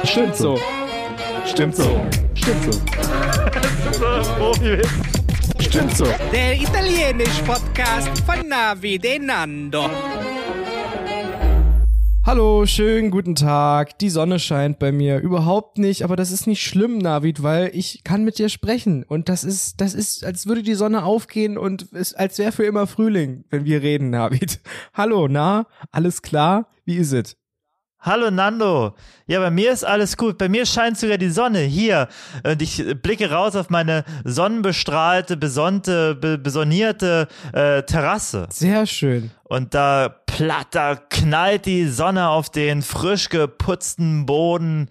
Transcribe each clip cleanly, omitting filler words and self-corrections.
Stimmt so. Stimmt so. Stimmt so. Stimmt so. Der italienische Podcast von Navi de Nando. Hallo, schönen guten Tag. Die Sonne scheint bei mir überhaupt nicht, aber das ist nicht schlimm, Navid, weil ich kann mit dir sprechen und das ist, als würde die Sonne aufgehen und es als wäre für immer Frühling, wenn wir reden, Navid. Hallo, na, alles klar? Wie ist es? Hallo Nando. Ja, bei mir ist alles gut. Bei mir scheint sogar die Sonne hier. Und ich blicke raus auf meine sonnenbestrahlte, besonnierte Terrasse. Sehr schön. Und da knallt die Sonne auf den frisch geputzten Boden.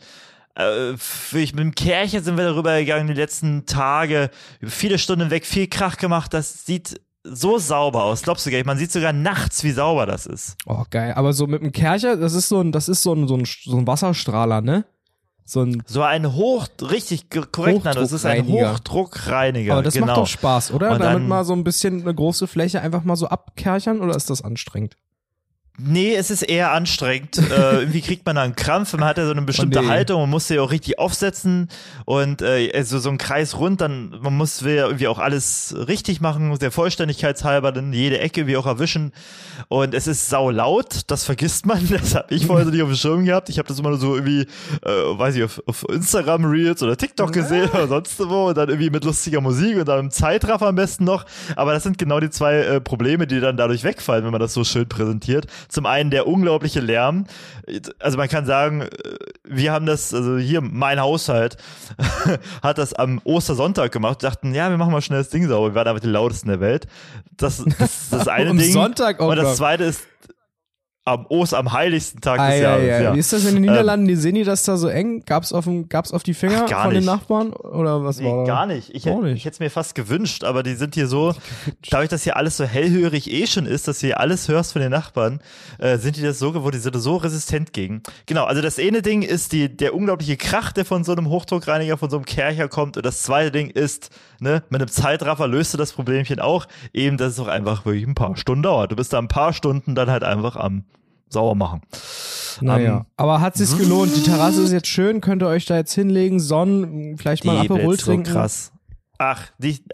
Mit dem Kercher sind wir darüber gegangen die letzten Tage. Viele Stunden weg, viel Krach gemacht. Das sieht so sauber aus, glaubst du gar nicht. Man sieht sogar nachts, wie sauber das ist. Oh, geil. Aber so mit dem Kercher, das ist so ein Wasserstrahler, ne? So ein richtig korrekt, das ist ein Hochdruckreiniger. Aber das macht doch Spaß, oder? Und damit mal so ein bisschen eine große Fläche einfach mal so abkerchern, oder ist das anstrengend? Nee, es ist eher anstrengend. Irgendwie kriegt man da einen Krampf, man hat ja so eine bestimmte Haltung, man muss sie auch richtig aufsetzen und also so ein Kreis rund, dann man will ja irgendwie auch alles richtig machen, der Vollständigkeit halber, dann jede Ecke wie auch erwischen und es ist saulaut, das vergisst man, das habe ich vorher so nicht auf dem Schirm gehabt, ich habe das immer nur so irgendwie, weiß ich, auf Instagram Reels oder TikTok gesehen oder sonst wo und dann irgendwie mit lustiger Musik und dann im Zeitraffer am besten noch, aber das sind genau die zwei Probleme, die dann dadurch wegfallen, wenn man das so schön präsentiert. Zum einen der unglaubliche Lärm. Also man kann sagen, wir haben das, also hier mein Haushalt hat das am Ostersonntag gemacht. Wir dachten, ja, wir machen mal schnell das Ding sauber. Wir waren einfach die lautesten der Welt. Das ist das eine Ding. Sonntag auch. Und das zweite ist am heiligsten Tag des Jahres. Ja. Wie ist das in den Niederlanden? Die sehen die das da so eng? Gab's auf die Finger von den Nachbarn? Oder was war das? Gar nicht. Ich hätte es mir fast gewünscht, aber die sind hier so, dadurch, dass hier alles so hellhörig schon ist, dass du hier alles hörst von den Nachbarn, sind die das so gewohnt, die sind so resistent gegen. Genau, also das eine Ding ist der unglaubliche Krach, der von so einem Hochdruckreiniger, von so einem Kercher kommt und das zweite Ding ist, ne, mit einem Zeitraffer löst du das Problemchen auch, eben, dass es auch einfach wirklich ein paar Stunden dauert. Du bist da ein paar Stunden dann halt einfach am sauber machen. Naja, aber hat sich's gelohnt. Die Terrasse ist jetzt schön, könnt ihr euch da jetzt hinlegen, Sonnen, vielleicht mal Aperol trinken. So krass. Ach, nicht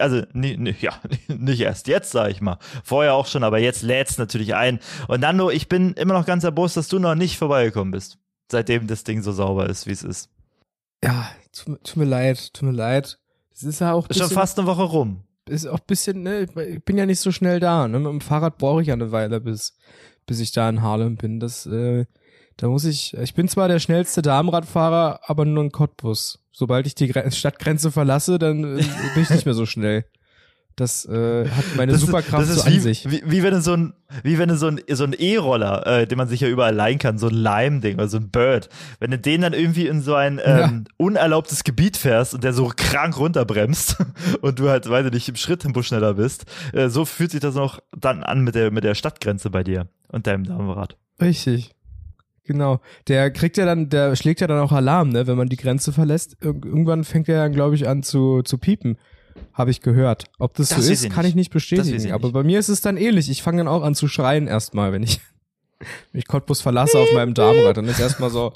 erst jetzt, sag ich mal. Vorher auch schon, aber jetzt lädt's natürlich ein. Und Nando, ich bin immer noch ganz erbost, dass du noch nicht vorbeigekommen bist, seitdem das Ding so sauber ist, wie es ist. Ja, tut mir leid. Das ist ja auch ist schon fast eine Woche rum. Ist auch ein bisschen, ne, ich bin ja nicht so schnell da, ne, mit dem Fahrrad brauche ich ja eine Weile, bis ich da in Haarlem bin. Da muss ich bin zwar der schnellste Damenradfahrer, aber nur ein Cottbus. Sobald ich die Stadtgrenze verlasse, dann bin ich nicht mehr so schnell. Das hat meine Superkraft so an sich. Wie wenn du so ein E-Roller, den man sich ja überall leihen kann, so ein Lime-Ding oder so ein Bird, wenn du den dann irgendwie in so ein unerlaubtes Gebiet fährst und der so krank runterbremst und du halt, weiß ich nicht, im Schritttempo schneller bist, so fühlt sich das auch dann an mit der Stadtgrenze bei dir und deinem Damenrad. Richtig. Genau. Der schlägt ja dann auch Alarm, ne, wenn man die Grenze verlässt. Irgendwann fängt er dann, glaube ich, an zu piepen. Habe ich gehört. Ob das so ist, kann ich nicht bestätigen. Aber bei mir ist es dann ähnlich. Ich fange dann auch an zu schreien erstmal, wenn ich Cottbus verlasse auf meinem Damenrad. Dann ist erstmal so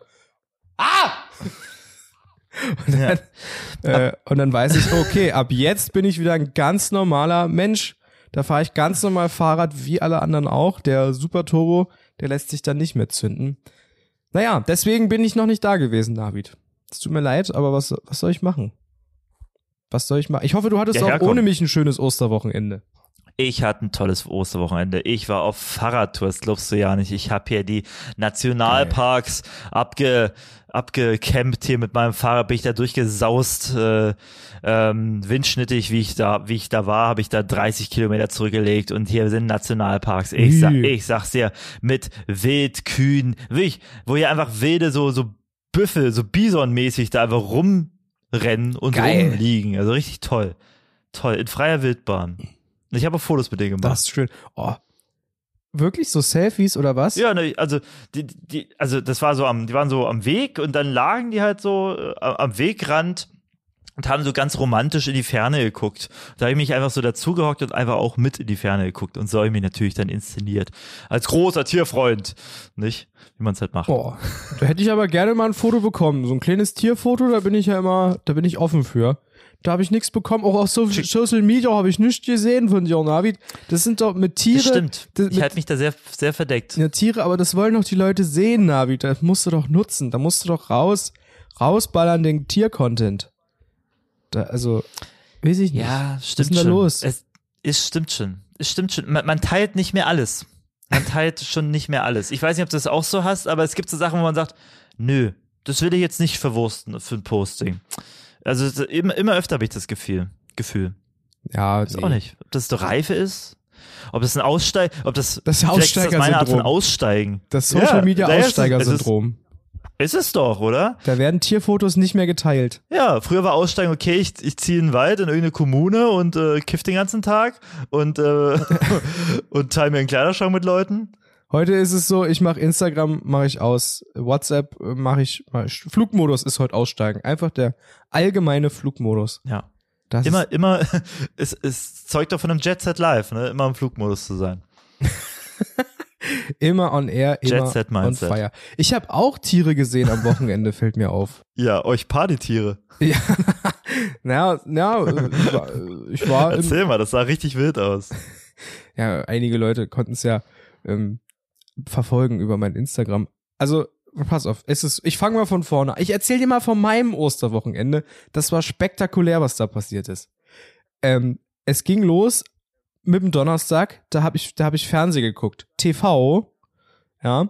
und dann weiß ich, okay, ab jetzt bin ich wieder ein ganz normaler Mensch. Da fahre ich ganz normal Fahrrad, wie alle anderen auch. Der Super Turbo, der lässt sich dann nicht mehr zünden. Naja, deswegen bin ich noch nicht da gewesen, David. Es tut mir leid, aber was soll ich machen? Ich hoffe, du hattest auch ohne mich ein schönes Osterwochenende. Ich hatte ein tolles Osterwochenende. Ich war auf Fahrradtour, das glaubst du ja nicht. Ich habe hier die Nationalparks abgecampt hier mit meinem Fahrrad, bin ich da durchgesaust, windschnittig, wie ich da war, habe ich da 30 Kilometer zurückgelegt und hier sind Nationalparks. Ich sag's dir, mit Wildkühen, wirklich, wo hier einfach wilde so Büffel, so Bison-mäßig da einfach rumrennen und rumliegen. Also richtig toll. Toll, in freier Wildbahn. Ich habe auch Fotos mit denen gemacht. Das ist schön. Oh. Wirklich so Selfies oder was? Ja, ne, also das war so die waren so am Weg und dann lagen die halt so am Wegrand und haben so ganz romantisch in die Ferne geguckt. Da habe ich mich einfach so dazugehockt und einfach auch mit in die Ferne geguckt und so habe ich mich natürlich dann inszeniert. Als großer Tierfreund, nicht? Wie man es halt macht. Boah, da hätte ich aber gerne mal ein Foto bekommen. So ein kleines Tierfoto, da bin ich offen für. Da habe ich nichts bekommen. Auch auf Social Media habe ich nichts gesehen von dir, Navid. Das sind doch mit Tiere. Das stimmt. Ich halte mich da sehr, sehr verdeckt. Ja, Tiere, aber das wollen doch die Leute sehen, Navid. Das musst du doch nutzen. Da musst du doch rausballern den Tier-Content. Also, weiß ich nicht. Ja, Was stimmt ist denn da schon. los? Es stimmt schon. Man teilt nicht mehr alles. Man teilt schon nicht mehr alles. Ich weiß nicht, ob du das auch so hast, aber es gibt so Sachen, wo man sagt, nö, das will ich jetzt nicht verwursten für ein Posting. Also immer öfter habe ich das Gefühl. Ja, Ist auch nicht. Ob das doch Reife ist? Ob das ein Aussteigen, Das vielleicht ist das meine Art von Aussteigersyndrom. Aussteigen. Das Social Media Aussteigersyndrom. Ist es doch, oder? Da werden Tierfotos nicht mehr geteilt. Ja, früher war Aussteigen, okay, ich ziehe in den Wald in irgendeine Kommune und kiff den ganzen Tag und teile mir einen Kleiderschrank mit Leuten. Heute ist es so, ich mache Instagram, mache ich aus. WhatsApp mache ich. Flugmodus ist heute Aussteigen. Einfach der allgemeine Flugmodus. Ja. Das Immer, es zeugt doch von einem Jet Set Live, ne? Immer im Flugmodus zu sein. Immer on air, immer Jet Set on Mindset. fire. Ich habe auch Tiere gesehen am Wochenende, fällt mir auf. Ja, euch Partytiere. Ja, ich war Erzähl mal, das sah richtig wild aus. ja, einige Leute konnten es ja verfolgen über mein Instagram. Also, pass auf, ich fange mal von vorne. Ich erzähle dir mal von meinem Osterwochenende. Das war spektakulär, was da passiert ist. Es ging los mit dem Donnerstag, da hab ich Fernsehen geguckt. TV, ja.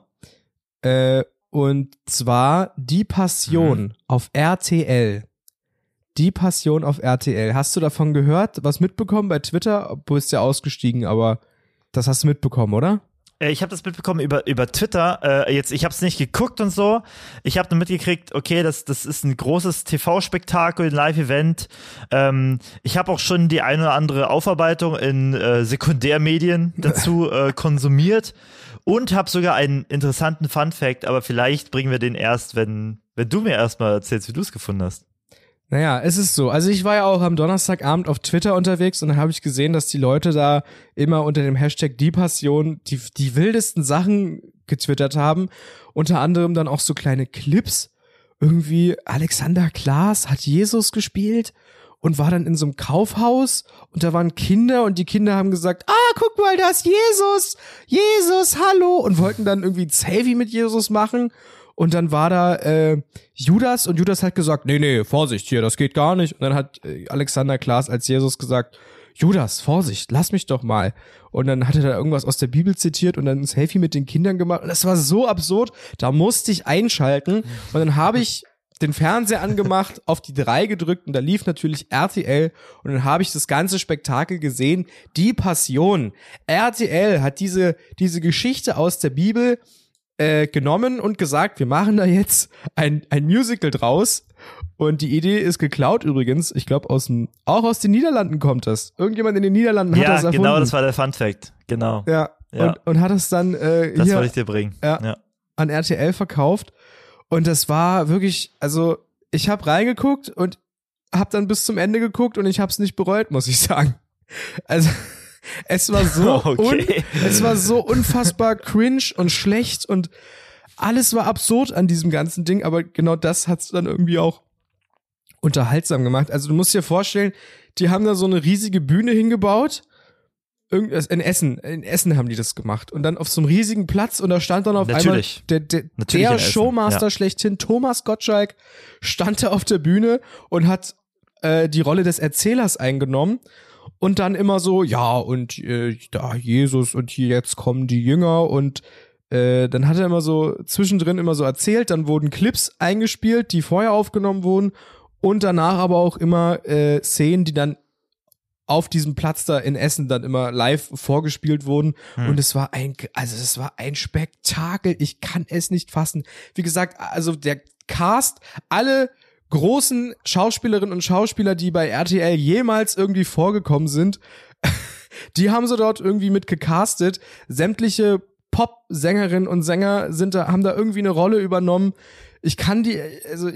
Und zwar Die Passion auf RTL. Die Passion auf RTL. Hast du davon gehört, was mitbekommen bei Twitter? Du bist ja ausgestiegen, aber das hast du mitbekommen, oder? Ich habe das mitbekommen über Twitter. Ich habe es nicht geguckt und so. Ich habe nur mitgekriegt, okay, das ist ein großes TV-Spektakel, ein Live-Event. Ich habe auch schon die eine oder andere Aufarbeitung in Sekundärmedien dazu konsumiert und habe sogar einen interessanten Fun-Fact, aber vielleicht bringen wir den erst, wenn du mir erstmal erzählst, wie du es gefunden hast. Naja, es ist so. Also ich war ja auch am Donnerstagabend auf Twitter unterwegs und dann habe ich gesehen, dass die Leute da immer unter dem Hashtag Die Passion die wildesten Sachen getwittert haben. Unter anderem dann auch so kleine Clips. Irgendwie Alexander Klaas hat Jesus gespielt und war dann in so einem Kaufhaus und da waren Kinder und die Kinder haben gesagt, guck mal, da ist Jesus, hallo, und wollten dann irgendwie ein Selfie mit Jesus machen. Und dann war da Judas und Judas hat gesagt, nee, Vorsicht hier, das geht gar nicht. Und dann hat Alexander Klaas als Jesus gesagt, Judas, Vorsicht, lass mich doch mal. Und dann hat er da irgendwas aus der Bibel zitiert und dann ein Selfie mit den Kindern gemacht. Und das war so absurd, da musste ich einschalten. Und dann habe ich den Fernseher angemacht, auf die 3 gedrückt und da lief natürlich RTL und dann habe ich das ganze Spektakel gesehen. Die Passion. RTL hat diese Geschichte aus der Bibel genommen und gesagt, wir machen da jetzt ein Musical draus. Und die Idee ist geklaut übrigens. Ich glaube, auch aus den Niederlanden kommt das. Irgendjemand in den Niederlanden hat das erfunden. Ja, genau, das war der Fun-Fact. Genau. Ja. Und hat es dann das hier wollte ich dir bringen. Ja. An RTL verkauft. Und das war wirklich, also ich habe reingeguckt und habe dann bis zum Ende geguckt und ich habe es nicht bereut, muss ich sagen. Also es war so unfassbar cringe und schlecht und alles war absurd an diesem ganzen Ding, aber genau das hat's dann irgendwie auch unterhaltsam gemacht. Also du musst dir vorstellen, die haben da so eine riesige Bühne hingebaut. In Essen haben die das gemacht. Und dann auf so einem riesigen Platz und da stand dann auf einmal der Showmaster schlechthin, Thomas Gottschalk, stand da auf der Bühne und hat die Rolle des Erzählers eingenommen. Und dann immer so, ja, und da Jesus und hier jetzt kommen die Jünger und dann hat er immer so zwischendrin immer so erzählt, dann wurden Clips eingespielt, die vorher aufgenommen wurden und danach aber auch immer Szenen, die dann auf diesem Platz da in Essen dann immer live vorgespielt wurden und es war ein Spektakel, ich kann es nicht fassen. Wie gesagt, also der Cast, alle großen Schauspielerinnen und Schauspieler, die bei RTL jemals irgendwie vorgekommen sind, die haben sie dort irgendwie mit gecastet. Sämtliche Pop-Sängerinnen und Sänger haben da irgendwie eine Rolle übernommen. Ich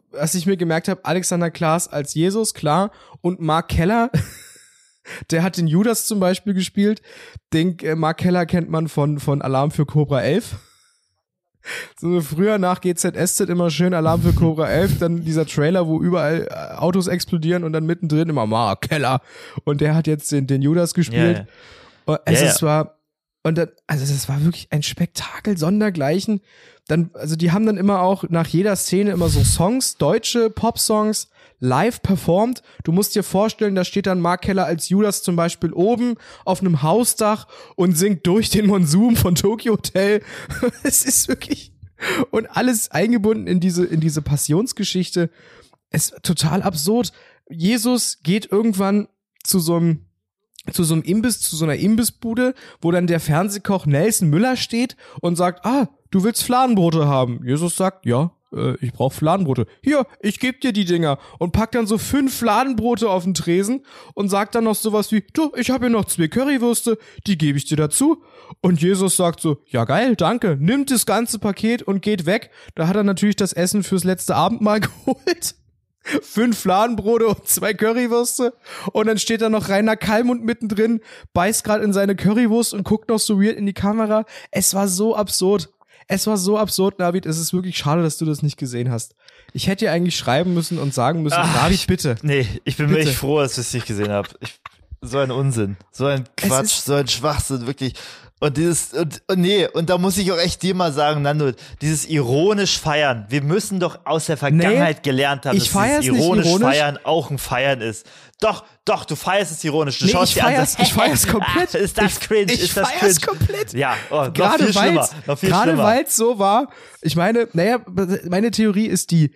was ich mir gemerkt habe, Alexander Klaas als Jesus, klar, und Mark Keller, der hat den Judas zum Beispiel gespielt. Den Mark Keller kennt man von Alarm für Cobra 11. So früher nach GZSZ immer schön Alarm für Cobra 11, dann dieser Trailer, wo überall Autos explodieren und dann mittendrin immer Mark Keller. Und der hat jetzt den Judas gespielt. Und es war, und dann, also das war wirklich ein Spektakel sondergleichen. Dann, also die haben dann immer auch nach jeder Szene immer so Songs, deutsche Pop-Songs, live performt. Du musst dir vorstellen, da steht dann Mark Keller als Judas zum Beispiel oben auf einem Hausdach und singt durch den Monsum von Tokyo Hotel. Es ist wirklich, und alles eingebunden in diese Passionsgeschichte. Es ist total absurd. Jesus geht irgendwann zu so einem Imbiss, zu so einer Imbissbude, wo dann der Fernsehkoch Nelson Müller steht und sagt, du willst Fladenbrote haben. Jesus sagt, ja, ich brauche Fladenbrote. Hier, ich geb dir die Dinger. Und packt dann so 5 Fladenbrote auf den Tresen und sagt dann noch sowas wie, du, ich habe hier noch 2 Currywürste, die gebe ich dir dazu. Und Jesus sagt so, ja geil, danke, nimmt das ganze Paket und geht weg. Da hat er natürlich das Essen fürs letzte Abendmahl geholt. 5 Fladenbrote und 2 Currywürste. Und dann steht da noch Rainer Kallmund mittendrin, beißt gerade in seine Currywurst und guckt noch so weird in die Kamera. Es war so absurd. Navid. Es ist wirklich schade, dass du das nicht gesehen hast. Ich hätte dir eigentlich schreiben müssen und sagen müssen, Navid, bitte. Nee, ich bin bitte. wirklich froh, dass ich es nicht gesehen habe. So ein Unsinn, so ein Quatsch, so ein Schwachsinn, wirklich. Und und da muss ich auch echt dir mal sagen, Nando, dieses ironisch Feiern. Wir müssen doch aus der Vergangenheit gelernt haben, dass dieses ironisch Feiern auch ein Feiern ist. Doch, du feierst es ironisch. Du schaust dir an. Ich feier's komplett. Ist das cringe? Ich feier's komplett. Ja, gerade weil es so war. Ich meine, meine Theorie ist die,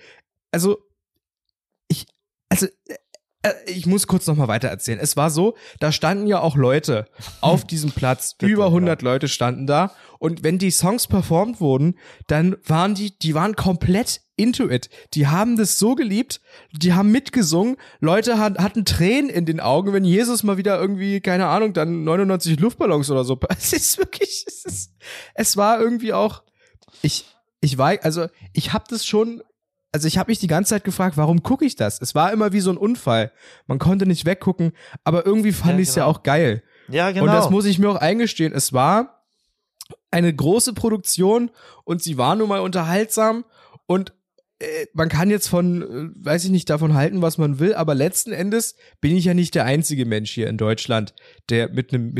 ich muss kurz noch mal weiter erzählen. Es war so, da standen ja auch Leute auf diesem Platz. Über 100 Leute standen da. Und wenn die Songs performt wurden, dann waren die waren komplett into it. Die haben das so geliebt. Die haben mitgesungen. Leute hatten Tränen in den Augen, wenn Jesus mal wieder irgendwie, keine Ahnung, dann 99 Luftballons oder so. Es war irgendwie auch, ich habe mich die ganze Zeit gefragt, warum gucke ich das? Es war immer wie so ein Unfall. Man konnte nicht weggucken, aber irgendwie fand ich es ja auch geil. Ja, genau. Und das muss ich mir auch eingestehen. Es war eine große Produktion und sie war nun mal unterhaltsam und man kann jetzt davon halten, was man will, aber letzten Endes bin ich ja nicht der einzige Mensch hier in Deutschland, der mit einem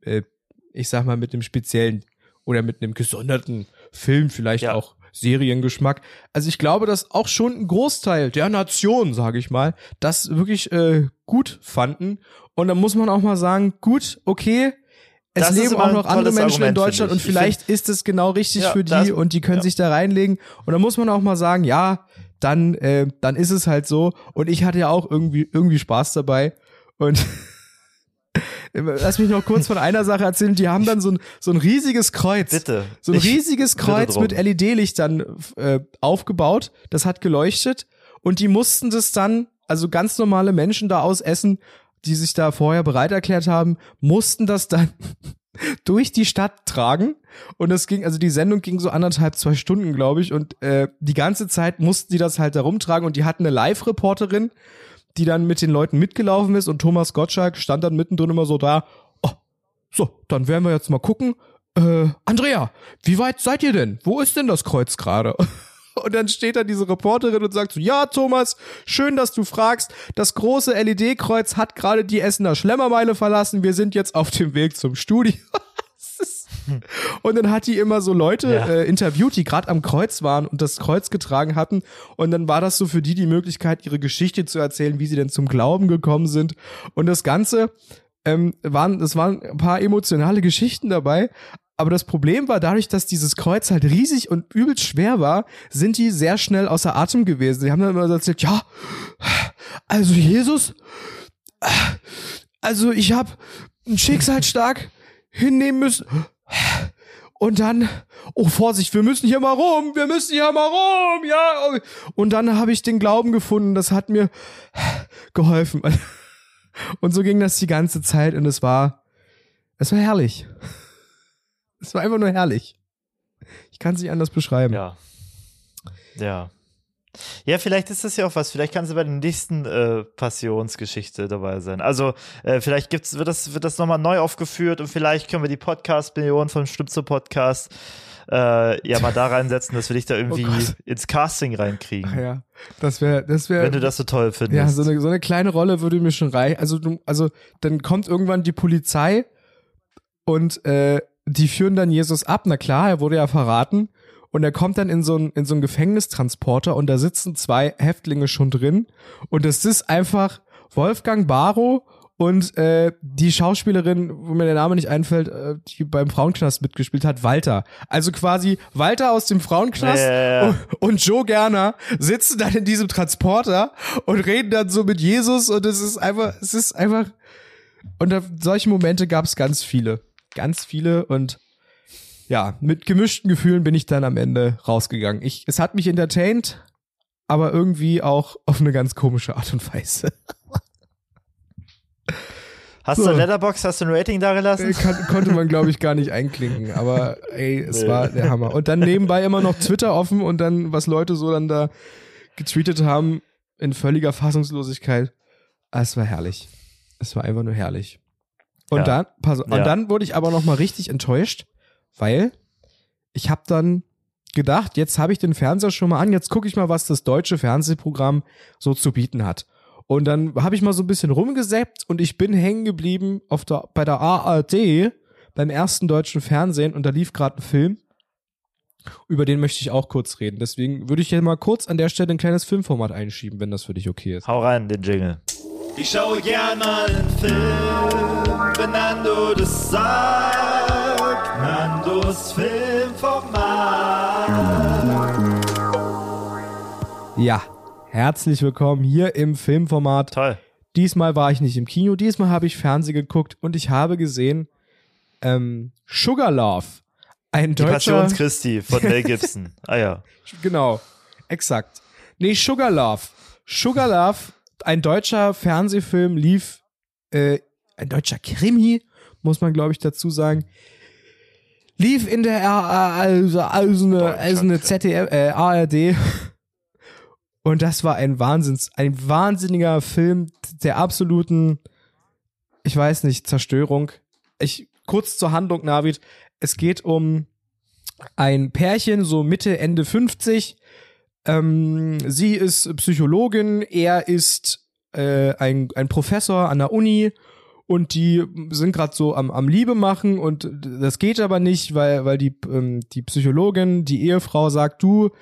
speziellen oder mit einem gesonderten Film vielleicht auch Seriengeschmack. Also ich glaube, dass auch schon ein Großteil der Nation, sage ich mal, das wirklich gut fanden. Und dann muss man auch mal sagen, gut, okay, es leben auch noch andere Menschen in Deutschland und vielleicht ist es genau richtig für die und die können sich da reinlegen. Und dann muss man auch mal sagen, ja, dann ist es halt so. Und ich hatte ja auch irgendwie Spaß dabei. Und lass mich noch kurz von einer Sache erzählen. Die haben dann so ein riesiges Kreuz. Bitte. So ein riesiges Kreuz mit LED-Lichtern aufgebaut. Das hat geleuchtet. Und die mussten das dann, also ganz normale Menschen da ausessen, die sich da vorher bereit erklärt haben, mussten das dann durch die Stadt tragen. Und die Sendung ging so 1,5-2 Stunden, glaube ich. Und die ganze Zeit mussten die das halt da rumtragen. Und die hatten eine Live-Reporterin, die dann mit den Leuten mitgelaufen ist, und Thomas Gottschalk stand dann mittendrin immer so da, so, dann werden wir jetzt mal gucken, Andrea, wie weit seid ihr denn? Wo ist denn das Kreuz gerade? Und dann steht da diese Reporterin und sagt so, ja, Thomas, schön, dass du fragst, das große LED-Kreuz hat gerade die Essener Schlemmermeile verlassen, wir sind jetzt auf dem Weg zum Studio. Und dann hat die immer so Leute interviewt, die gerade am Kreuz waren und das Kreuz getragen hatten. Und dann war das so für die Möglichkeit, ihre Geschichte zu erzählen, wie sie denn zum Glauben gekommen sind. Und das Ganze, waren ein paar emotionale Geschichten dabei. Aber das Problem war, dadurch, dass dieses Kreuz halt riesig und übelst schwer war, sind die sehr schnell außer Atem gewesen. Die haben dann immer so erzählt, ja, also Jesus, also ich habe einen Schicksalsschlag hinnehmen müssen. Und dann, oh Vorsicht, wir müssen hier mal rum, ja. Und dann habe ich den Glauben gefunden, das hat mir geholfen. Und so ging das die ganze Zeit und es war herrlich. Es war einfach nur herrlich. Ich kann es nicht anders beschreiben. Ja. Ja, vielleicht ist das ja auch was. Vielleicht kannst du bei der nächsten Passionsgeschichte dabei sein. Also vielleicht wird das nochmal neu aufgeführt und vielleicht können wir die Podcast-Million vom Schnipse-Podcast mal da reinsetzen, dass wir dich da irgendwie ins Casting reinkriegen. Ach ja, das wäre. Wenn du das so toll findest. Ja, so eine kleine Rolle würde mir schon reichen. Also dann kommt irgendwann die Polizei und die führen dann Jesus ab. Na klar, er wurde ja verraten. Und er kommt dann in so einen Gefängnistransporter und da sitzen 2 Häftlinge schon drin. Und das ist einfach Wolfgang Barrow und die Schauspielerin, wo mir der Name nicht einfällt, die beim Frauenknast mitgespielt hat, Walter. Also quasi Walter aus dem Frauenknast und Joe Gerner sitzen dann in diesem Transporter und reden dann so mit Jesus und es ist einfach und solche Momente gab es ganz viele und ja, mit gemischten Gefühlen bin ich dann am Ende rausgegangen. Es hat mich entertained, aber irgendwie auch auf eine ganz komische Art und Weise. Hast du Letterboxd, hast du ein Rating da gelassen? Konnte man, glaube ich, gar nicht einklinken, aber es war der Hammer. Und dann nebenbei immer noch Twitter offen und dann, was Leute so dann da getweetet haben, in völliger Fassungslosigkeit. Es war herrlich. Es war einfach nur herrlich. Und dann wurde ich aber noch mal richtig enttäuscht, weil ich habe dann gedacht, jetzt habe ich den Fernseher schon mal an, jetzt gucke ich mal, was das deutsche Fernsehprogramm so zu bieten hat. Und dann habe ich mal so ein bisschen rumgesäppt und ich bin hängen geblieben bei der ARD, beim ersten deutschen Fernsehen, und da lief gerade ein Film, über den möchte ich auch kurz reden. Deswegen würde ich hier mal kurz an der Stelle ein kleines Filmformat einschieben, wenn das für dich okay ist. Hau rein, den Jingle. Ich schaue gern mal einen Film, wenn Nando das sagt. Nandos Filmformat. Ja, herzlich willkommen hier im Filmformat. Toll. Diesmal war ich nicht im Kino, diesmal habe ich Fernsehen geguckt und ich habe gesehen Sugar Love. Ein deutscher... Die Passions Christi von Mel Gibson. Ah ja. Genau, exakt. Nee, Sugar Love. Sugar Love, ein deutscher Fernsehfilm, lief, ein deutscher Krimi, muss man glaube ich dazu sagen, lief in der ZDF, ARD. Und das war ein wahnsinniger Film der absoluten, ich weiß nicht, Zerstörung. Kurz zur Handlung, Navid. Es geht um ein Pärchen, so Mitte, Ende 50. Sie ist Psychologin, er ist ein Professor an der Uni und die sind gerade so am Liebe machen und das geht aber nicht, weil die Psychologin, die Ehefrau sagt, du,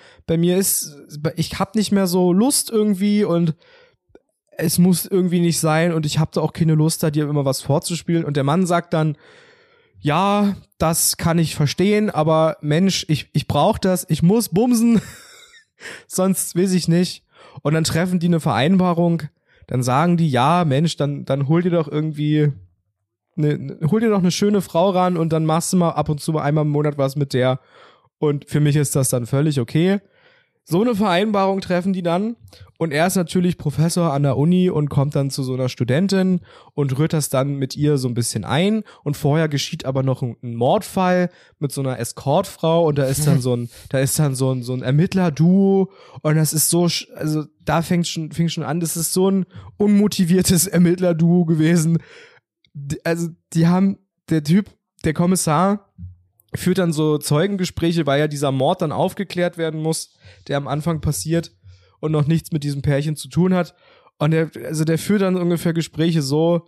ich hab nicht mehr so Lust irgendwie und es muss irgendwie nicht sein und ich hab da auch keine Lust, da dir immer was vorzuspielen. Und der Mann sagt dann, ja, das kann ich verstehen, aber Mensch, ich brauch das, ich muss bumsen, sonst weiß ich nicht. Und dann treffen die eine Vereinbarung, dann sagen die, ja, Mensch, dann hol dir doch irgendwie hol dir doch eine schöne Frau ran und dann machst du mal ab und zu mal einmal im Monat was mit der. Und für mich ist das dann völlig okay. So eine Vereinbarung treffen die dann und er ist natürlich Professor an der Uni und kommt dann zu so einer Studentin und rührt das dann mit ihr so ein bisschen ein und vorher geschieht aber noch ein Mordfall mit so einer Escortfrau und da ist dann so ein Ermittler-Duo und das ist so, also da fing schon an, das ist so ein unmotiviertes Ermittler-Duo gewesen. Also der Kommissar führt dann so Zeugengespräche, weil ja dieser Mord dann aufgeklärt werden muss, der am Anfang passiert und noch nichts mit diesem Pärchen zu tun hat. Und der führt dann ungefähr Gespräche so,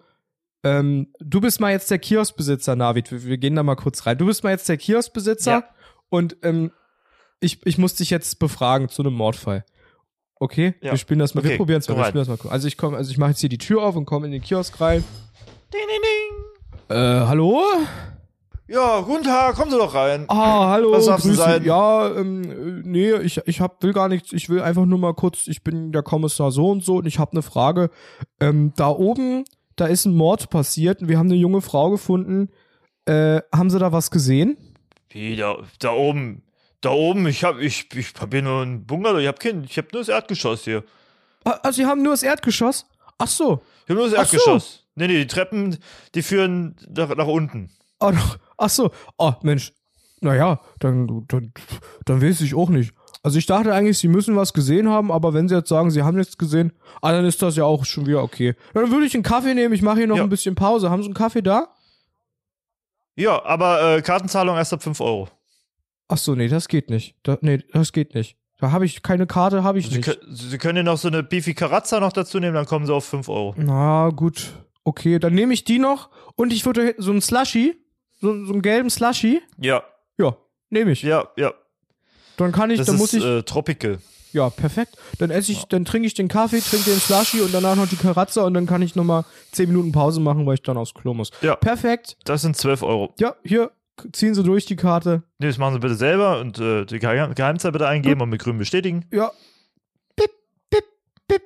du bist mal jetzt der Kioskbesitzer, Navid, wir gehen da mal kurz rein. Du bist mal jetzt der Kioskbesitzer und ich muss dich jetzt befragen zu einem Mordfall. Okay, wir spielen das mal, wir probieren es mal, wir spielen das mal. Also ich mache jetzt hier die Tür auf und komme in den Kiosk rein. Ding, ding, ding. Hallo? Ja, guten Tag, kommen Sie doch rein. Ah, hallo, was darf denn sein? Ja, nee, ich will gar nichts, ich will einfach nur mal kurz, ich bin der Kommissar so und ich habe eine Frage. Da oben, da ist ein Mord passiert und wir haben eine junge Frau gefunden. Haben Sie da was gesehen? Wie, da oben? Da oben, ich hab hier nur ein Bungalow, ich hab nur das Erdgeschoss hier. Ah, Sie haben nur das Erdgeschoss? Ach so. Ich hab nur das Erdgeschoss. So. Nee, die Treppen, die führen nach unten. Ach so, oh Mensch, naja, dann weiß ich auch nicht. Also ich dachte eigentlich, sie müssen was gesehen haben, aber wenn sie jetzt sagen, sie haben nichts gesehen, dann ist das ja auch schon wieder okay. Dann würde ich einen Kaffee nehmen, ich mache hier noch ein bisschen Pause. Haben Sie einen Kaffee da? Ja, aber Kartenzahlung erst ab 5 Euro. Ach so, nee, das geht nicht. Das geht nicht. Da habe ich keine Karte, habe ich nicht. Sie können ja noch so eine Beefy Carazza noch dazu nehmen, dann kommen sie auf 5 Euro. Na gut, okay, dann nehme ich die noch und ich würde so einen Slushy, so einen gelben Slushy. Ja. Ja, nehme ich. Ja. Dann kann ich, das dann ist, muss ich. Tropical. Ja, perfekt. Dann dann trinke ich den Kaffee, trinke den Slushy und danach noch die Carazza und dann kann ich nochmal 10 Minuten Pause machen, weil ich dann aufs Klo muss. Ja. Perfekt. Das sind 12 Euro. Ja, hier, ziehen Sie durch die Karte. Nee, das machen Sie bitte selber und die Geheimzahl bitte eingeben und mit grün bestätigen. Ja. Bip, bip, bip,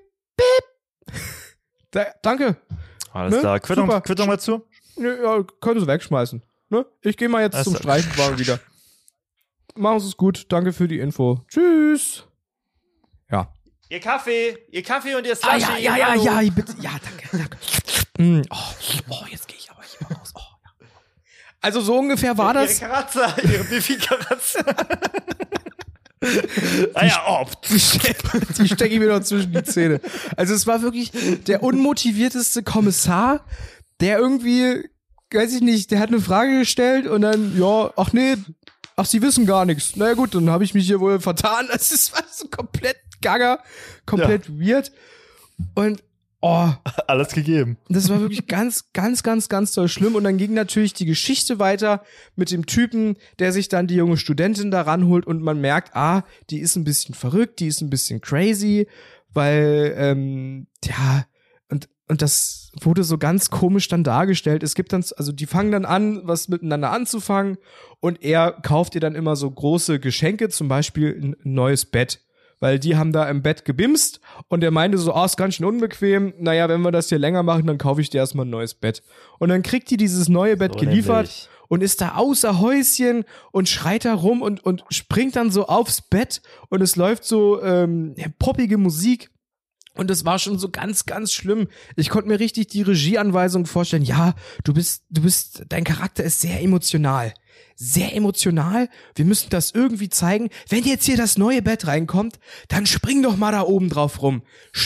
bip. Danke. Alles klar. Quittung dazu? Ja, können Sie wegschmeißen. Ne? Ich gehe mal jetzt zum Streifenwagen wieder. Machen Sie es gut. Danke für die Info. Tschüss. Ja. Ihr Kaffee und Ihr Slushy. Ja, bitte. Ja, danke. Jetzt gehe ich aber hier mal raus. Oh, ja. Also so ungefähr war das. Ihre Bifi-Karazza. Die stecke ich mir noch zwischen die Zähne. Also es war wirklich der unmotivierteste Kommissar, der irgendwie, weiß ich nicht, der hat eine Frage gestellt und dann, Sie wissen gar nichts. Naja gut, dann habe ich mich hier wohl vertan. Das war so komplett gaga, komplett weird. Und alles gegeben. Das war wirklich ganz, ganz, ganz, ganz toll schlimm. Und dann ging natürlich die Geschichte weiter mit dem Typen, der sich dann die junge Studentin da ranholt und man merkt, die ist ein bisschen verrückt, die ist ein bisschen crazy, weil, und das wurde so ganz komisch dann dargestellt. Es gibt dann, also die fangen dann an, was miteinander anzufangen und er kauft ihr dann immer so große Geschenke, zum Beispiel ein neues Bett. Weil die haben da im Bett gebimst und er meinte so, ist ganz schön unbequem. Naja, wenn wir das hier länger machen, dann kaufe ich dir erstmal ein neues Bett. Und dann kriegt die dieses neue Bett geliefert und ist da außer Häuschen und schreit da rum und springt dann so aufs Bett und es läuft so poppige Musik. Und das war schon so ganz, ganz schlimm. Ich konnte mir richtig die Regieanweisung vorstellen. Ja, dein Charakter ist sehr emotional. Sehr emotional. Wir müssen das irgendwie zeigen. Wenn jetzt hier das neue Bett reinkommt, dann spring doch mal da oben drauf rum.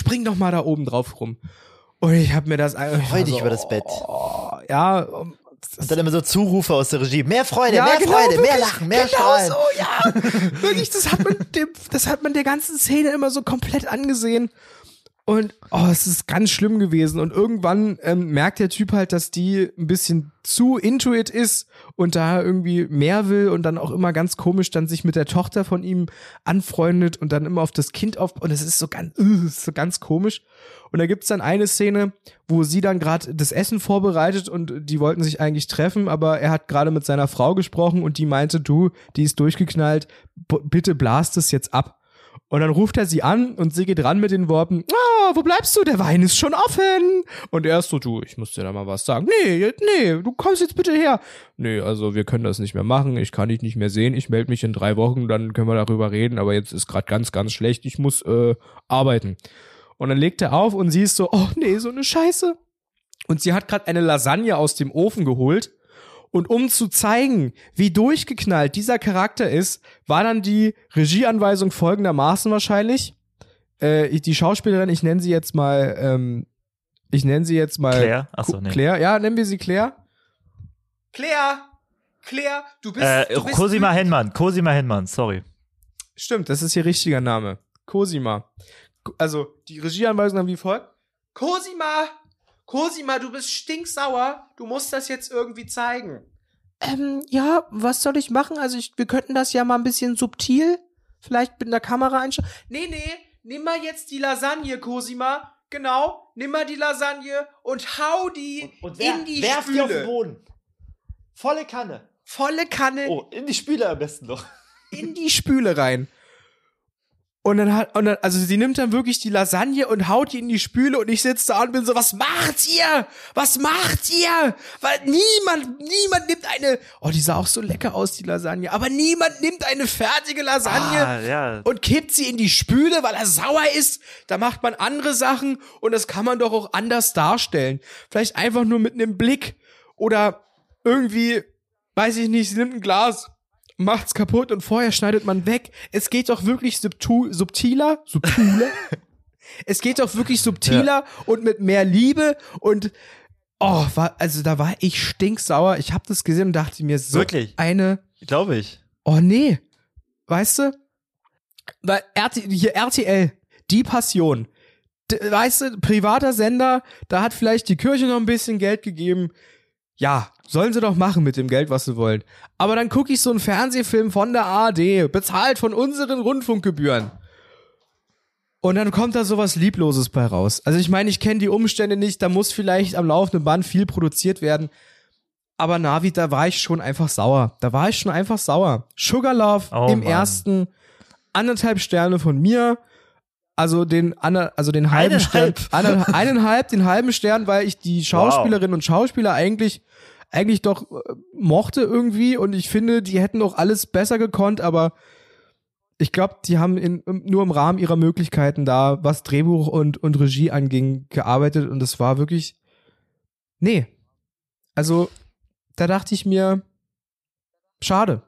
Und ich habe mir das Freu dich über das Bett. Ja. Und dann immer so Zurufe aus der Regie. Mehr Freude, ja, mehr genau, Freude, wirklich, mehr Lachen, mehr Strahlen. Genau so, ja. Wirklich, das hat man der ganzen Szene immer so komplett angesehen. Und es ist ganz schlimm gewesen. Und irgendwann merkt der Typ halt, dass die ein bisschen zu into it ist und da irgendwie mehr will und dann auch immer ganz komisch dann sich mit der Tochter von ihm anfreundet und dann immer auf das Kind und es ist so ganz komisch. Und da gibt's dann eine Szene, wo sie dann gerade das Essen vorbereitet und die wollten sich eigentlich treffen, aber er hat gerade mit seiner Frau gesprochen und die meinte, die ist durchgeknallt, bitte blast es jetzt ab. Und dann ruft er sie an und sie geht ran mit den Worten, wo bleibst du? Der Wein ist schon offen. Und er ist so, ich muss dir da mal was sagen. Nee, du kommst jetzt bitte her. Nee, also wir können das nicht mehr machen. Ich kann dich nicht mehr sehen. Ich melde mich in 3 Wochen, dann können wir darüber reden. Aber jetzt ist gerade ganz, ganz schlecht. Ich muss arbeiten. Und dann legt er auf und sie ist so, so eine Scheiße. Und sie hat gerade eine Lasagne aus dem Ofen geholt. Und um zu zeigen, wie durchgeknallt dieser Charakter ist, war dann die Regieanweisung folgendermaßen wahrscheinlich. Die Schauspielerin, ich nenne sie jetzt mal Claire? Achso, nee. Claire, ja, nennen wir sie Claire. Claire, du bist Cosima Henmann, sorry. Stimmt, das ist ihr richtiger Name. Cosima. Also, die Regieanweisung dann wie folgt. Cosima, du bist stinksauer. Du musst das jetzt irgendwie zeigen. Ja, was soll ich machen? Also wir könnten das ja mal ein bisschen subtil, vielleicht mit einer Kamera einstellen. Nee, nimm mal jetzt die Lasagne, Cosima. Genau, nimm mal die Lasagne und hau die in die werf Spüle. Die auf den Boden. Volle Kanne. Oh, in die Spüle am besten doch. In die Spüle rein. Und dann also sie nimmt dann wirklich die Lasagne und haut die in die Spüle und ich sitze da und bin so, was macht ihr? Weil niemand nimmt die sah auch so lecker aus, die Lasagne, aber niemand nimmt eine fertige Lasagne und kippt sie in die Spüle, weil er sauer ist. Da macht man andere Sachen und das kann man doch auch anders darstellen. Vielleicht einfach nur mit einem Blick oder irgendwie, weiß ich nicht, sie nimmt ein Glas macht's kaputt und vorher schneidet man weg. Es geht doch wirklich subtiler. Es geht doch wirklich subtiler und mit mehr Liebe und da war ich stinksauer. Ich habe das gesehen und dachte mir so wirklich? Glaube ich. Oh nee. Weißt du? Weil RTL, die Passion. Weißt du, privater Sender, da hat vielleicht die Kirche noch ein bisschen Geld gegeben. Ja, sollen sie doch machen mit dem Geld, was sie wollen. Aber dann gucke ich so einen Fernsehfilm von der ARD, bezahlt von unseren Rundfunkgebühren. Und dann kommt da sowas Liebloses bei raus. Also ich meine, ich kenne die Umstände nicht, da muss vielleicht am laufenden Band viel produziert werden. Aber Navi, da war ich schon einfach sauer. Sugar Love im ersten 1,5 Sterne von mir. Also den halben Stern. 1,5, den halben Stern, weil ich die Schauspielerinnen und Schauspieler eigentlich doch mochte irgendwie. Und ich finde, die hätten auch alles besser gekonnt, aber ich glaube, die haben nur im Rahmen ihrer Möglichkeiten da, was Drehbuch und Regie anging, gearbeitet und es war wirklich, nee. Also, da dachte ich mir, schade.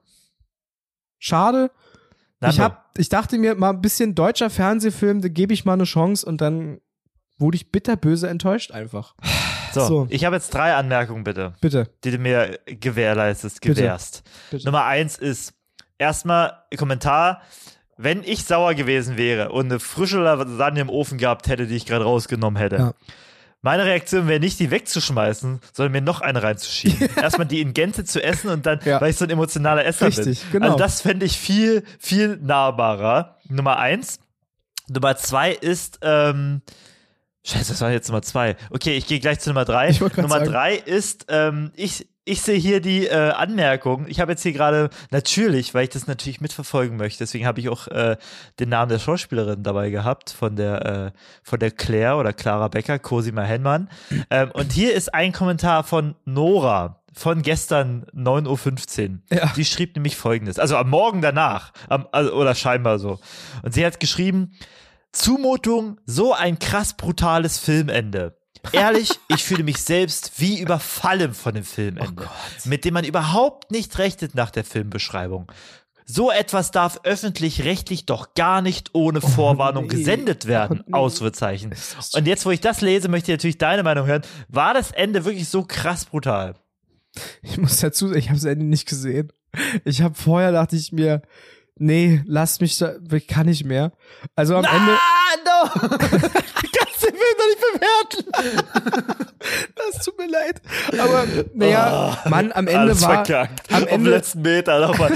Ich dachte mir, mal ein bisschen deutscher Fernsehfilm, da gebe ich mal eine Chance und dann wurde ich bitterböse enttäuscht einfach. So. Ich habe jetzt 3 Anmerkungen, bitte. Die du mir gewährst. Bitte. Nummer 1 ist, erstmal Kommentar, wenn ich sauer gewesen wäre und eine frische Lasagne im Ofen gehabt hätte, die ich gerade rausgenommen hätte. Ja. Meine Reaktion wäre nicht, die wegzuschmeißen, sondern mir noch eine reinzuschieben. Erstmal die in Gänze zu essen und dann, weil ich so ein emotionaler Esser bin. Genau. Also das fände ich viel, viel nahbarer. Nummer 1. Nummer 2 ist, Scheiße, das war jetzt Nummer 2. Okay, ich gehe gleich zu Nummer 3. Nummer 3 ist, ich sehe hier die Anmerkung. Ich habe jetzt hier gerade natürlich, weil ich das natürlich mitverfolgen möchte, deswegen habe ich auch den Namen der Schauspielerin dabei gehabt, von der Claire oder Clara Becker, Cosima Henmann. Und hier ist ein Kommentar von Nora von gestern 9:15 Uhr. Ja. Die schrieb nämlich Folgendes, also am Morgen danach, oder scheinbar so. Und sie hat geschrieben, Zumutung, so ein krass brutales Filmende. Ehrlich, ich fühle mich selbst wie überfallen von dem Filmende, mit dem man überhaupt nicht rechnet nach der Filmbeschreibung. So etwas darf öffentlich-rechtlich doch gar nicht ohne Vorwarnung gesendet werden, Ausrufezeichen. Und jetzt, wo ich das lese, möchte ich natürlich deine Meinung hören. War das Ende wirklich so krass brutal? Ich muss dazu sagen, ich habe das Ende nicht gesehen. Dachte ich mir, nee, lass mich da, ich kann nicht mehr. Also am Ende. No! Du kannst den Film doch nicht bewerten. Das tut mir leid. Aber, naja, Mann, am Ende alles war. Verkackt. Am Ende. Letzten Meter nochmal.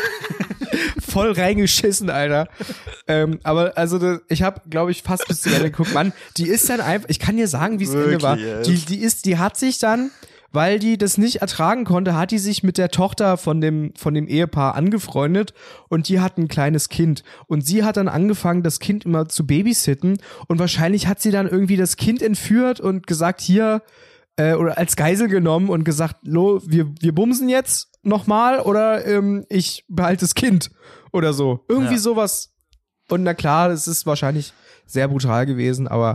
Voll reingeschissen, Alter. Aber, also, ich habe, glaube ich, fast bis zum Ende geguckt. Mann, die ist dann einfach, ich kann dir sagen, wie es Ende war. Die hat sich dann, weil die das nicht ertragen konnte, hat die sich mit der Tochter von dem Ehepaar angefreundet und die hat ein kleines Kind. Und sie hat dann angefangen, das Kind immer zu babysitten und wahrscheinlich hat sie dann irgendwie das Kind entführt und gesagt, hier, oder als Geisel genommen und gesagt, wir bumsen jetzt nochmal oder ich behalte das Kind oder so. Irgendwie sowas. Und na klar, es ist wahrscheinlich sehr brutal gewesen, aber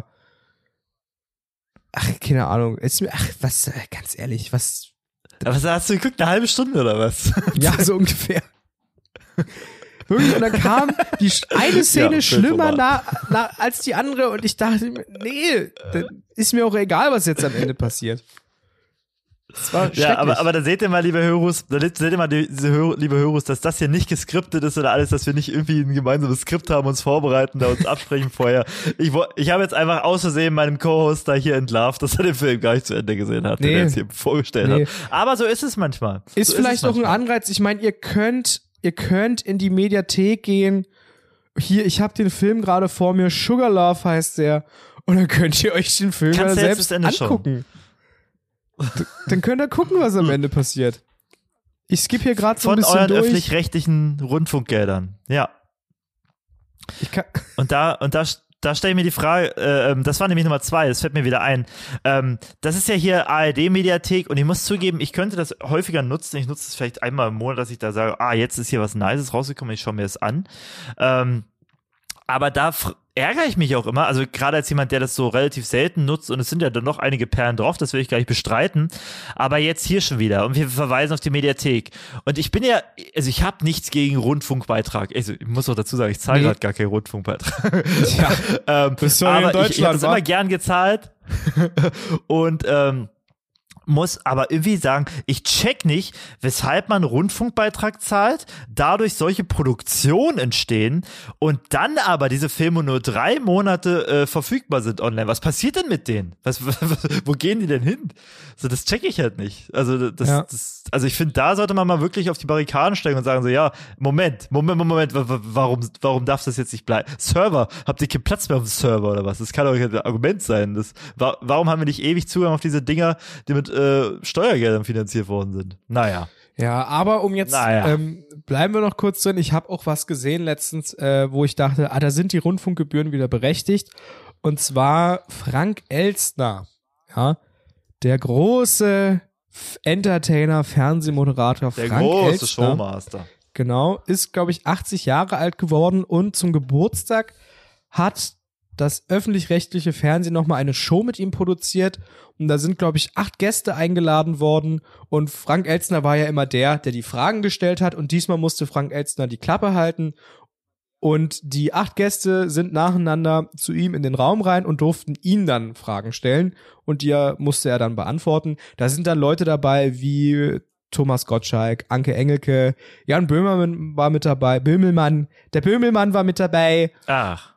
ach, keine Ahnung. Ganz ehrlich, was. Aber hast du geguckt, eine halbe Stunde oder was? Ja, so ungefähr. Wirklich, und dann kam die eine Szene schlimmer als die andere und ich dachte mir, nee, ist mir auch egal, was jetzt am Ende passiert. Das war schrecklich. Ja, aber da seht ihr mal, liebe Hörus, dass das hier nicht geskriptet ist oder alles, dass wir nicht irgendwie ein gemeinsames Skript haben, uns vorbereiten, da uns absprechen vorher. Ich habe jetzt einfach aus Versehen meinem Co-Host da hier entlarvt, dass er den Film gar nicht zu Ende gesehen hat, den er jetzt hier vorgestellt hat. Aber so ist es manchmal. Ist vielleicht auch ein Anreiz. Ich meine, ihr könnt in die Mediathek gehen. Hier, ich habe den Film gerade vor mir. Sugar Love heißt der. Und dann könnt ihr euch den Film selbst angucken. Dann könnt ihr gucken, was am Ende passiert. Ich skippe hier gerade so ein bisschen von euren durch. öffentlich-rechtlichen Rundfunkgeldern. Ja. Und da stelle ich mir die Frage, das war nämlich Nummer 2, das fällt mir wieder ein. Das ist ja hier ARD-Mediathek und ich muss zugeben, ich könnte das häufiger nutzen. Ich nutze das vielleicht einmal im Monat, dass ich da sage, jetzt ist hier was Nices rausgekommen, ich schaue mir das an. Aber da ärgere ich mich auch immer, also gerade als jemand, der das so relativ selten nutzt und es sind ja dann noch einige Perlen drauf, das will ich gar nicht bestreiten, aber jetzt hier schon wieder und wir verweisen auf die Mediathek und ich bin ja, also ich habe nichts gegen Rundfunkbeitrag, also ich muss auch dazu sagen, ich zahle gerade gar keinen Rundfunkbeitrag. Ja, bist du in aber Deutschland, ich habe das immer gern gezahlt und muss aber irgendwie sagen, ich check nicht, weshalb man einen Rundfunkbeitrag zahlt, dadurch solche Produktionen entstehen und dann aber diese Filme nur 3 Monate verfügbar sind online. Was passiert denn mit denen? Wo gehen die denn hin? So, das check ich halt nicht. Also also ich finde, da sollte man mal wirklich auf die Barrikaden steigen und sagen so, ja, Moment, warum darf das jetzt nicht bleiben? Server, habt ihr keinen Platz mehr auf dem Server oder was? Das kann doch kein Argument sein. Warum haben wir nicht ewig Zugang auf diese Dinger, die mit Steuergeldern finanziert worden sind? Naja. Ja, aber bleiben wir noch kurz drin. Ich habe auch was gesehen letztens, wo ich dachte, da sind die Rundfunkgebühren wieder berechtigt. Und zwar Frank Elstner, ja, der große Entertainer, Fernsehmoderator Frank Elstner. Der große Showmaster. Genau, ist, glaube ich, 80 Jahre alt geworden und zum Geburtstag hat das öffentlich-rechtliche Fernsehen nochmal eine Show mit ihm produziert und da sind, glaube ich, 8 Gäste eingeladen worden und Frank Elstner war ja immer der die Fragen gestellt hat und diesmal musste Frank Elstner die Klappe halten und die 8 Gäste sind nacheinander zu ihm in den Raum rein und durften ihn dann Fragen stellen und die musste er dann beantworten. Da sind dann Leute dabei wie Thomas Gottschalk, Anke Engelke, Jan Böhmermann war mit dabei, der Böhmelmann war mit dabei. Ach.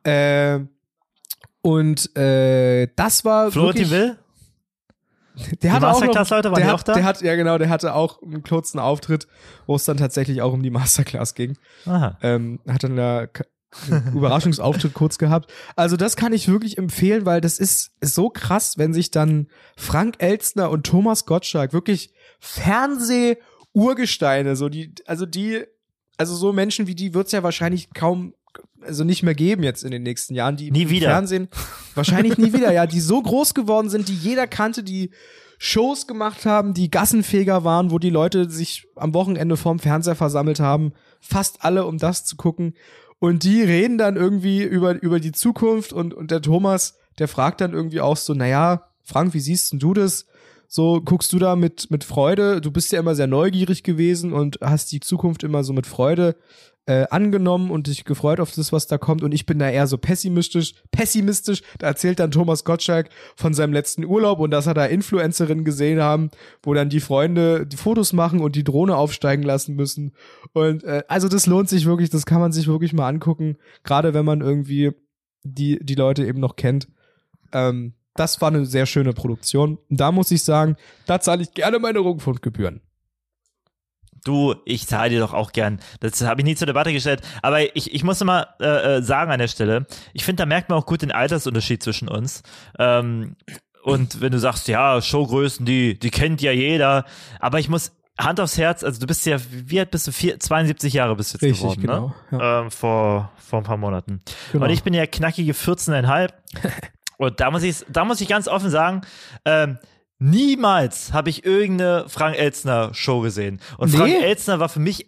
Und das war Florentin wirklich... Will? Der hatte auch noch, Masterclass-Leute, waren die auch da? Der hatte auch einen kurzen Auftritt, wo es dann tatsächlich auch um die Masterclass ging. Aha. Hat dann einen Überraschungsauftritt kurz gehabt. Also das kann ich wirklich empfehlen, weil das ist so krass, wenn sich dann Frank Elstner und Thomas Gottschalk wirklich Fernseh-Urgesteine, so so Menschen wie die wird's ja wahrscheinlich kaum, also nicht mehr geben jetzt in den nächsten Jahren, die nie wieder. Fernsehen wahrscheinlich nie wieder, ja, die so groß geworden sind, die jeder kannte, die Shows gemacht haben, die Gassenfeger waren, wo die Leute sich am Wochenende vorm Fernseher versammelt haben, fast alle, um das zu gucken. Und die reden dann irgendwie über die Zukunft und der Thomas, der fragt dann irgendwie auch so, naja, Frank, wie siehst denn du das? So, guckst du da mit Freude? Du bist ja immer sehr neugierig gewesen und hast die Zukunft immer so mit Freude angenommen und dich gefreut auf das, was da kommt. Und ich bin da eher so pessimistisch. Da erzählt dann Thomas Gottschalk von seinem letzten Urlaub und dass er da Influencerinnen gesehen haben, wo dann die Freunde die Fotos machen und die Drohne aufsteigen lassen müssen. Und also das lohnt sich wirklich, das kann man sich wirklich mal angucken, gerade wenn man irgendwie die Leute eben noch kennt. Das war eine sehr schöne Produktion. Und da muss ich sagen, da zahle ich gerne meine Rundfunkgebühren. Du, ich zahle dir doch auch gern. Das habe ich nie zur Debatte gestellt. Aber ich muss immer sagen an der Stelle, ich finde, da merkt man auch gut den Altersunterschied zwischen uns. Und wenn du sagst, ja, Showgrößen, die kennt ja jeder. Aber ich muss Hand aufs Herz, also du bist ja, wie alt bist du? 72 Jahre bist du jetzt richtig, geworden, genau, ne? Ja. Vor ein paar Monaten. Genau. Und ich bin ja knackige 14,5. Und da muss ich ganz offen sagen, niemals habe ich irgendeine Frank Elstner Show gesehen. Und Frank Elstner war für mich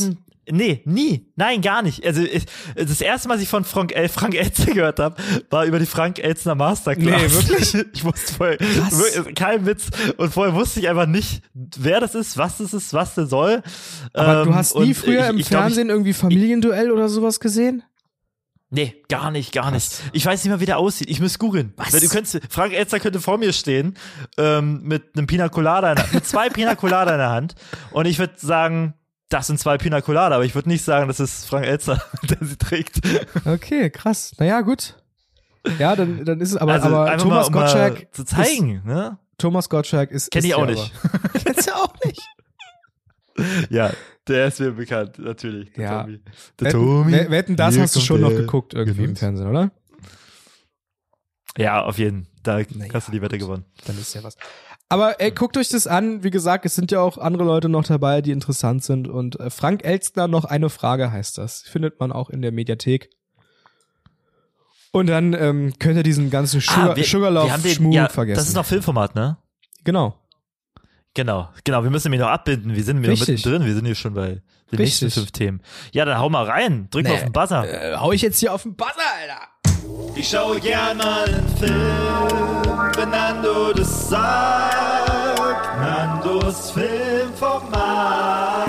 nein, gar nicht. Also das erste Mal, was ich von Frank Elstner gehört habe, war über die Frank Elstner Masterclass. Nee, wirklich? Ich wusste vorher, kein Witz, und vorher wusste ich einfach nicht, wer das ist, was der soll. Aber du hast nie früher im Fernsehen irgendwie Familienduell oder sowas gesehen? Nee, gar nicht. Ich weiß nicht mal, wie der aussieht. Ich muss googeln. Frank Elstner könnte vor mir stehen, mit einem Pina Colada, mit 2 Pina Colada in der Hand. Und ich würde sagen, das sind 2 Pina Colada, aber ich würde nicht sagen, das ist Frank Elstner, der sie trägt. Okay, krass. Naja, gut. Ja, dann ist es aber Thomas Gottschalk mal zu zeigen, ne? Thomas Gottschalk ist. Kenn ich auch nicht. Kennst du auch nicht? Ja, der ist mir bekannt, natürlich. Ja. Der Tommy. Wetten, das hast du schon noch geguckt irgendwie im Fernsehen, oder? Ja, auf jeden Fall. Da hast du die Wette gewonnen. Dann ist ja was. Aber guckt euch das an. Wie gesagt, es sind ja auch andere Leute noch dabei, die interessant sind. Und Frank Elstner, noch eine Frage heißt das. Findet man auch in der Mediathek. Und dann könnt ihr diesen ganzen Sugarloaf-Schmuck vergessen. Das ist noch Filmformat, ne? Genau. Genau. Wir müssen nämlich noch abbinden. Wir sind noch mittendrin. Wir sind hier schon bei den nächsten 5 Themen. Ja, dann hau mal rein. Drück mal auf den Buzzer. Hau ich jetzt hier auf den Buzzer, Alter. Ich schaue gern mal einen Film, wenn Nando das sagt. Nandos Filmformat.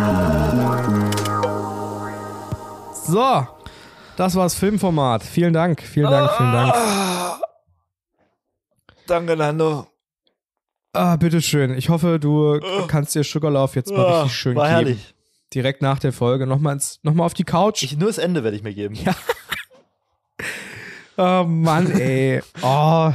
So, das war's Filmformat. Vielen Dank. Danke, Nando. Bitteschön. Ich hoffe, du kannst dir Sugarlove jetzt mal richtig schön war geben. Herrlich. Direkt nach der Folge. Nochmal auf die Couch. Nur das Ende werde ich mir geben. Ja. Oh Mann, ey. Oh.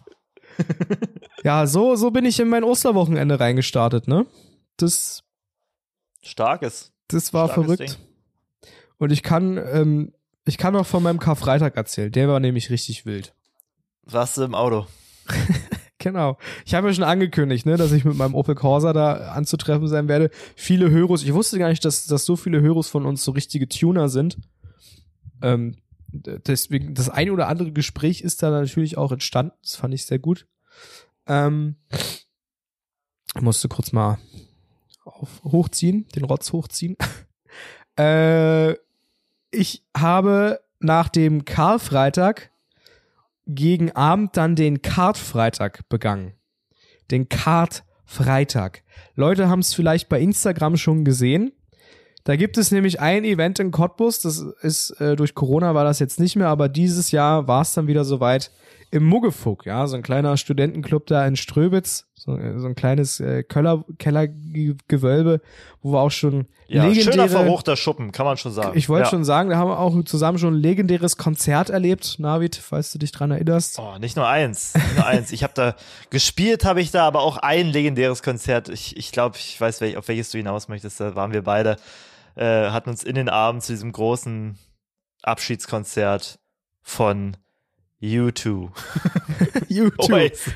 Ja, so bin ich in mein Osterwochenende reingestartet, ne? Das war verrückt. Ding. Und ich kann noch von meinem Karfreitag erzählen. Der war nämlich richtig wild. Warst du im Auto? Genau. Ich habe ja schon angekündigt, ne, dass ich mit meinem Opel Corsa da anzutreffen sein werde. Viele Höros. Ich wusste gar nicht, dass so viele Höros von uns so richtige Tuner sind. Deswegen, das ein oder andere Gespräch ist da natürlich auch entstanden. Das fand ich sehr gut. Musste kurz mal hochziehen, den Rotz hochziehen. Ich habe nach dem Karfreitag gegen Abend dann den Kartfreitag begangen. Den Kartfreitag. Leute haben es vielleicht bei Instagram schon gesehen. Da gibt es nämlich ein Event in Cottbus, das ist, durch Corona war das jetzt nicht mehr, aber dieses Jahr war es dann wieder soweit im Muggefuck, ja, so ein kleiner Studentenclub da in Ströbitz, so ein kleines Kellergewölbe, wo wir auch schon schöner verruchter Schuppen, kann man schon sagen. Ich wollte schon sagen, da haben wir auch zusammen schon ein legendäres Konzert erlebt, Navid, falls du dich dran erinnerst. Oh, nicht nur eins. Ich habe da gespielt, aber auch ein legendäres Konzert. Ich glaube, ich weiß, auf welches du hinaus möchtest, da waren wir beide. Hatten uns in den Armen zu diesem großen Abschiedskonzert von U2. U2.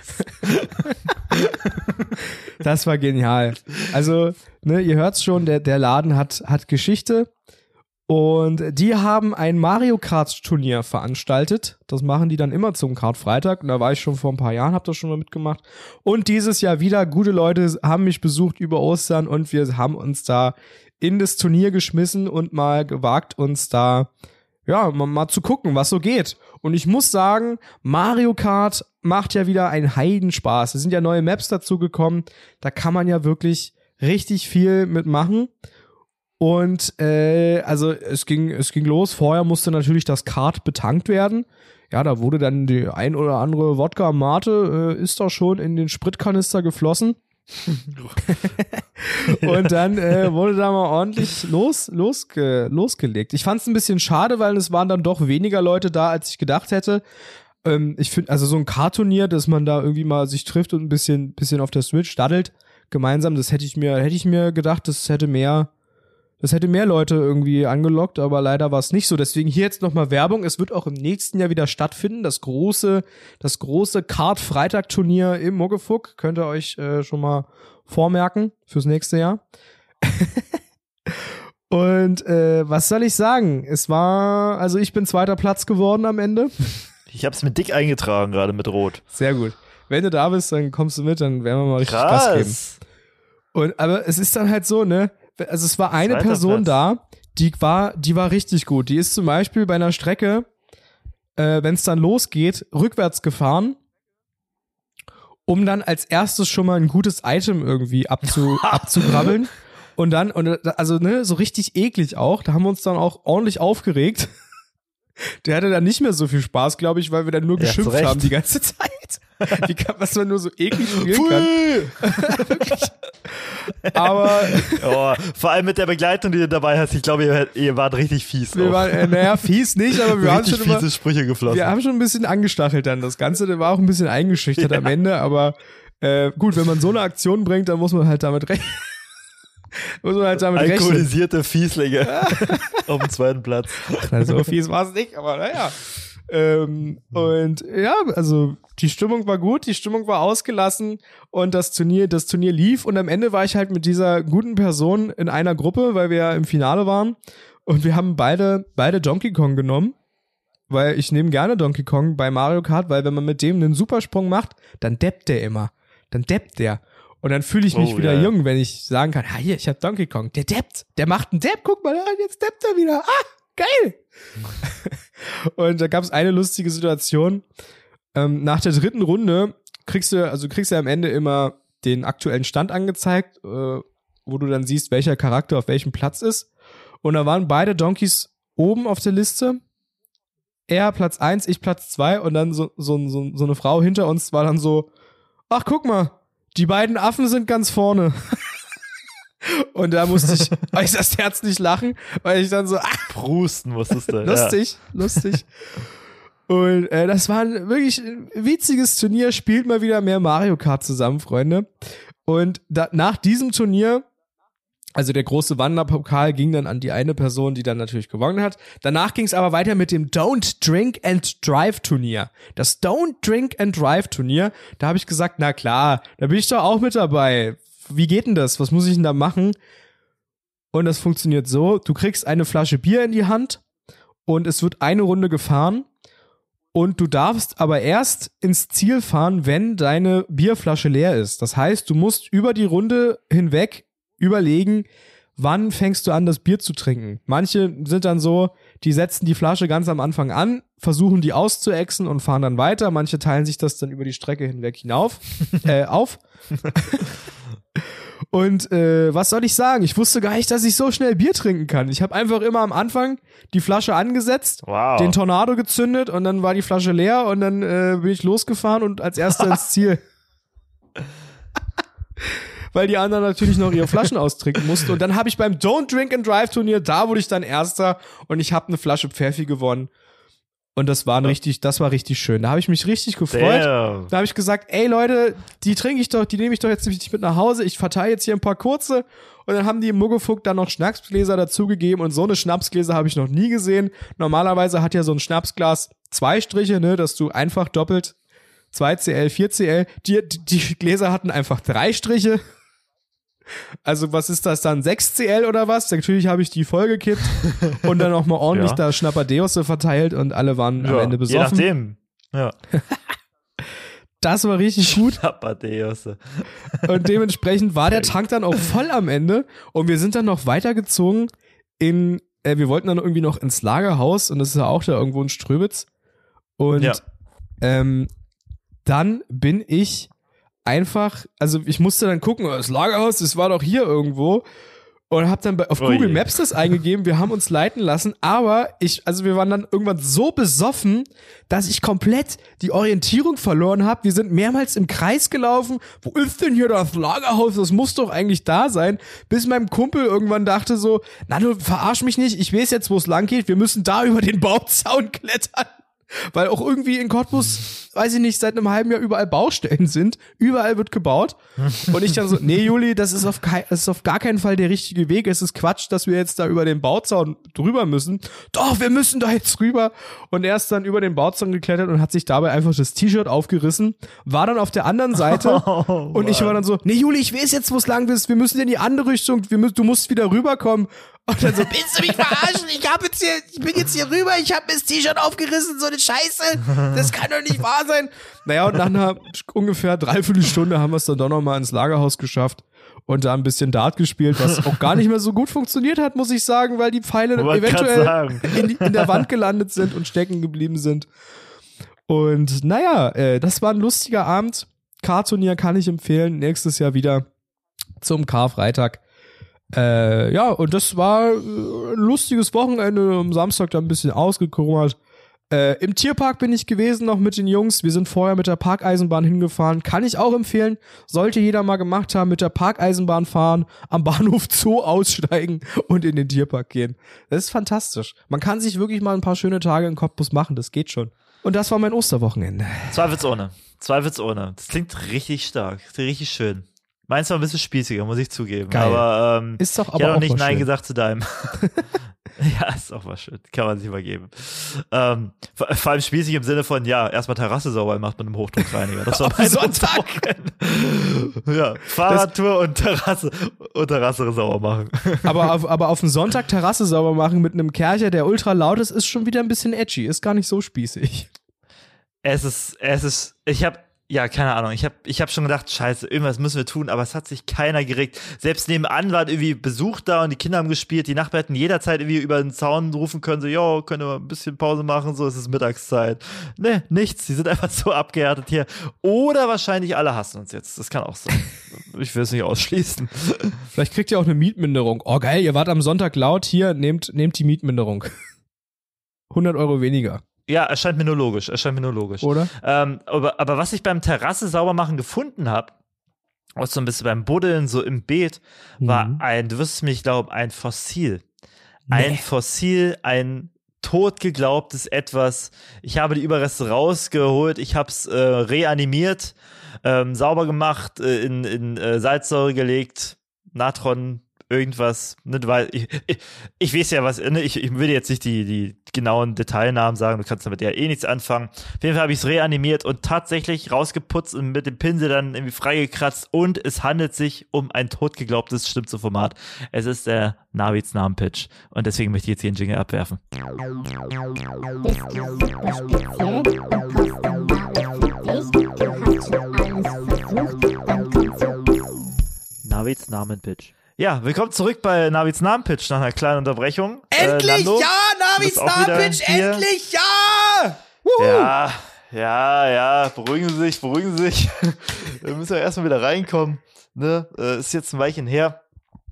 Das war genial. Also, ne, ihr hört's schon, der Laden hat Geschichte und die haben ein Mario Kart Turnier veranstaltet. Das machen die dann immer zum Kartfreitag und da war ich schon vor ein paar Jahren, hab das schon mal mitgemacht. Und dieses Jahr wieder, gute Leute haben mich besucht über Ostern und wir haben uns da in das Turnier geschmissen und mal gewagt, uns da, ja, mal zu gucken, was so geht. Und ich muss sagen, Mario Kart macht ja wieder einen Heidenspaß. Es sind ja neue Maps dazu gekommen. Da kann man ja wirklich richtig viel mitmachen. Und also es ging los. Vorher musste natürlich das Kart betankt werden. Ja, da wurde dann die ein oder andere Wodka Mate ist da schon in den Spritkanister geflossen. Und dann wurde da mal ordentlich losgelegt. Ich fand es ein bisschen schade, weil es waren dann doch weniger Leute da, als ich gedacht hätte. Ich finde, also so ein Kartturnier, dass man da irgendwie mal sich trifft und ein bisschen auf der Switch daddelt, gemeinsam, das hätte ich mir gedacht, das hätte mehr Leute irgendwie angelockt, aber leider war es nicht so. Deswegen hier jetzt nochmal Werbung. Es wird auch im nächsten Jahr wieder stattfinden. Das große Kart-Freitag-Turnier im Muggefuck. Könnt ihr euch schon mal vormerken fürs nächste Jahr. Und was soll ich sagen? Also ich bin 2. Platz geworden am Ende. Ich hab's mit dick eingetragen, gerade mit Rot. Sehr gut. Wenn du da bist, dann kommst du mit, dann werden wir mal richtig Gas geben. Aber es ist dann halt so, ne? Also es war eine Person da, die war richtig gut. Die ist zum Beispiel bei einer Strecke, wenn es dann losgeht, rückwärts gefahren, um dann als erstes schon mal ein gutes Item irgendwie abzugrabbeln. Und dann, also ne, so richtig eklig auch. Da haben wir uns dann auch ordentlich aufgeregt. Der hatte dann nicht mehr so viel Spaß, glaube ich, weil wir dann nur geschimpft haben die ganze Zeit. Was man nur so eklig spielen kann. Wirklich. Aber vor allem mit der Begleitung, die du dabei hast, ich glaube, ihr wart richtig fies. Wir waren, fies nicht, aber wir haben schon fiese Sprüche geflossen. Wir haben schon ein bisschen angestachelt dann. Das Ganze, der war auch ein bisschen eingeschüchtert am Ende, aber gut, wenn man so eine Aktion bringt, dann muss man halt damit rechnen. Alkoholisierte Fieslinge auf dem 2. Platz. Ach, so fies war es nicht, aber naja. Und ja, also die Stimmung war gut, die Stimmung war ausgelassen und das Turnier lief und am Ende war ich halt mit dieser guten Person in einer Gruppe, weil wir ja im Finale waren und wir haben beide Donkey Kong genommen, weil ich nehme gerne Donkey Kong bei Mario Kart, weil wenn man mit dem einen Supersprung macht, dann deppt der immer. Und dann fühle ich mich wieder jung, wenn ich sagen kann, hier, ich hab Donkey Kong. Der deppt, der macht einen Depp, guck mal, jetzt deppt er wieder. Geil! Und da gab es eine lustige Situation. Nach der 3. Runde kriegst du am Ende immer den aktuellen Stand angezeigt, wo du dann siehst, welcher Charakter auf welchem Platz ist. Und da waren beide Donkeys oben auf der Liste. Er Platz 1, ich Platz 2 und dann so eine Frau hinter uns war dann so, ach guck mal, die beiden Affen sind ganz vorne. Und da musste ich äußerst herzlich lachen, weil ich dann so, Prusten musstest du. lustig. Und das war ein wirklich witziges Turnier, spielt mal wieder mehr Mario Kart zusammen, Freunde. Und nach diesem Turnier, also der große Wanderpokal ging dann an die eine Person, die dann natürlich gewonnen hat. Danach ging es aber weiter mit dem Don't Drink and Drive Turnier. Das Don't Drink and Drive Turnier, da habe ich gesagt, na klar, da bin ich doch auch mit dabei. Wie geht denn das? Was muss ich denn da machen? Und das funktioniert so, du kriegst eine Flasche Bier in die Hand und es wird eine Runde gefahren und du darfst aber erst ins Ziel fahren, wenn deine Bierflasche leer ist. Das heißt, du musst über die Runde hinweg überlegen, wann fängst du an, das Bier zu trinken. Manche sind dann so, die setzen die Flasche ganz am Anfang an, versuchen die auszuexen und fahren dann weiter. Manche teilen sich das dann über die Strecke hinweg auf. Und was soll ich sagen? Ich wusste gar nicht, dass ich so schnell Bier trinken kann. Ich habe einfach immer am Anfang die Flasche angesetzt, den Tornado gezündet und dann war die Flasche leer und dann bin ich losgefahren und als erster ins Ziel. Weil die anderen natürlich noch ihre Flaschen austrinken mussten. Und dann habe ich beim Don't Drink and Drive Turnier, da wurde ich dann Erster und ich habe eine Flasche Pfeffi gewonnen. Und das war richtig schön. Da habe ich mich richtig gefreut. Damn. Da habe ich gesagt, ey Leute, die nehme ich doch jetzt nicht mit nach Hause. Ich verteile jetzt hier ein paar kurze. Und dann haben die im Muggefuck dann noch Schnapsgläser dazugegeben. Und so eine Schnapsgläser habe ich noch nie gesehen. Normalerweise hat ja so ein Schnapsglas 2 Striche, ne, dass du einfach doppelt 2cl, 4cl. Die Gläser hatten einfach 3 Striche. Also was ist das dann, 6cl oder was? Natürlich habe ich die vollgekippt und dann auch mal ordentlich da Schnappadeus verteilt und alle waren am Ende besoffen. Je nachdem, ja. Das war richtig gut. Schnappadeus. Und dementsprechend war der Tank dann auch voll am Ende und wir sind dann noch weitergezogen wir wollten dann irgendwie noch ins Lagerhaus und das ist ja auch da irgendwo in Ströbitz und dann bin ich einfach, also ich musste dann gucken, das Lagerhaus, das war doch hier irgendwo und hab dann auf Google Maps das eingegeben, wir haben uns leiten lassen, aber wir waren dann irgendwann so besoffen, dass ich komplett die Orientierung verloren habe. Wir sind mehrmals im Kreis gelaufen, wo ist denn hier das Lagerhaus, das muss doch eigentlich da sein, bis meinem Kumpel irgendwann dachte so, na du verarsch mich nicht, ich weiß jetzt, wo es lang geht, wir müssen da über den Bauzaun klettern. Weil auch irgendwie in Cottbus, weiß ich nicht, seit einem halben Jahr überall Baustellen sind. Überall wird gebaut. Und ich dann so, nee, Juli, das ist auf gar keinen Fall der richtige Weg. Es ist Quatsch, dass wir jetzt da über den Bauzaun drüber müssen. Doch, wir müssen da jetzt rüber. Und er ist dann über den Bauzaun geklettert und hat sich dabei einfach das T-Shirt aufgerissen. War dann auf der anderen Seite. Und ich war dann so, nee, Juli, ich weiß jetzt, wo es lang ist. Wir müssen in die andere Richtung. Du musst wieder rüberkommen. Und dann so, willst du mich verarschen? Ich bin jetzt hier rüber, ich habe mir das T-Shirt aufgerissen, so eine Scheiße. Das kann doch nicht wahr sein. Naja, und nach einer ungefähr 3/4 Stunde haben wir es dann doch nochmal ins Lagerhaus geschafft und da ein bisschen Dart gespielt, was auch gar nicht mehr so gut funktioniert hat, muss ich sagen, weil die Pfeile eventuell in der Wand gelandet sind und stecken geblieben sind. Und naja, das war ein lustiger Abend. Karturnier kann ich empfehlen. Nächstes Jahr wieder zum Karfreitag. Und das war ein lustiges Wochenende, am Samstag da ein bisschen ausgekrummert. Im Tierpark bin ich gewesen, noch mit den Jungs. Wir sind vorher mit der Parkeisenbahn hingefahren. Kann ich auch empfehlen. Sollte jeder mal gemacht haben, mit der Parkeisenbahn fahren, am Bahnhof Zoo aussteigen und in den Tierpark gehen. Das ist fantastisch. Man kann sich wirklich mal ein paar schöne Tage in Cottbus machen, das geht schon. Und das war mein Osterwochenende. Zweifelsohne. Das klingt richtig stark, richtig schön. Meins war ein bisschen spießiger, muss ich zugeben. Geil. Aber, ist doch aber ich habe auch noch nicht Nein schön gesagt zu deinem. Ja, ist auch was schön. Kann man sich mal geben. Vor allem spießig im Sinne von, ja, erstmal Terrasse sauber macht mit einem Hochdruckreiniger. Das war mein Sonntag. Ja, Fahrradtour und Terrasse sauber machen. Aber auf den Sonntag Terrasse sauber machen mit einem Kercher, der ultra laut ist schon wieder ein bisschen edgy. Ist gar nicht so spießig. Ich habe Ja, keine Ahnung. Ich hab schon gedacht, scheiße, irgendwas müssen wir tun, aber es hat sich keiner geregt. Selbst nebenan war irgendwie Besuch da und die Kinder haben gespielt. Die Nachbarn hätten jederzeit irgendwie über den Zaun rufen können, so, jo, können wir ein bisschen Pause machen, so, es ist Mittagszeit. Ne, nichts. Die sind einfach so abgehärtet hier. Oder wahrscheinlich alle hassen uns jetzt. Das kann auch sein. Ich will es nicht ausschließen. Vielleicht kriegt ihr auch eine Mietminderung. Oh geil, ihr wart am Sonntag laut, hier, nehmt die Mietminderung. 100 Euro weniger. Ja, erscheint mir nur logisch. Oder? Aber was ich beim Terrasse sauber machen gefunden habe, auch so ein bisschen beim Buddeln, so im Beet, war du wirst es mir nicht glauben, ein Fossil. Ein Fossil, ein totgeglaubtes Etwas. Ich habe die Überreste rausgeholt, ich habe es reanimiert, sauber gemacht, in Salzsäure gelegt, Natron, irgendwas, ne, weil ich weiß ja was, ne, ich will jetzt nicht die genauen Detailnamen sagen, du kannst damit ja eh nichts anfangen. Auf jeden Fall habe ich es reanimiert und tatsächlich rausgeputzt und mit dem Pinsel dann irgendwie freigekratzt und es handelt sich um ein totgeglaubtes Stimmzuformat. Es ist der Navids Namen-Pitch und deswegen möchte ich jetzt hier einen Jingle abwerfen. Navids Namen-Pitch. Ja, willkommen zurück bei Navids Namen-Pitch nach einer kleinen Unterbrechung. Endlich, Nando, ja, Navids Namen-Pitch, endlich, ja! Ja, beruhigen Sie sich. Wir müssen ja erstmal wieder reinkommen. Ne? Ist jetzt ein Weilchen her.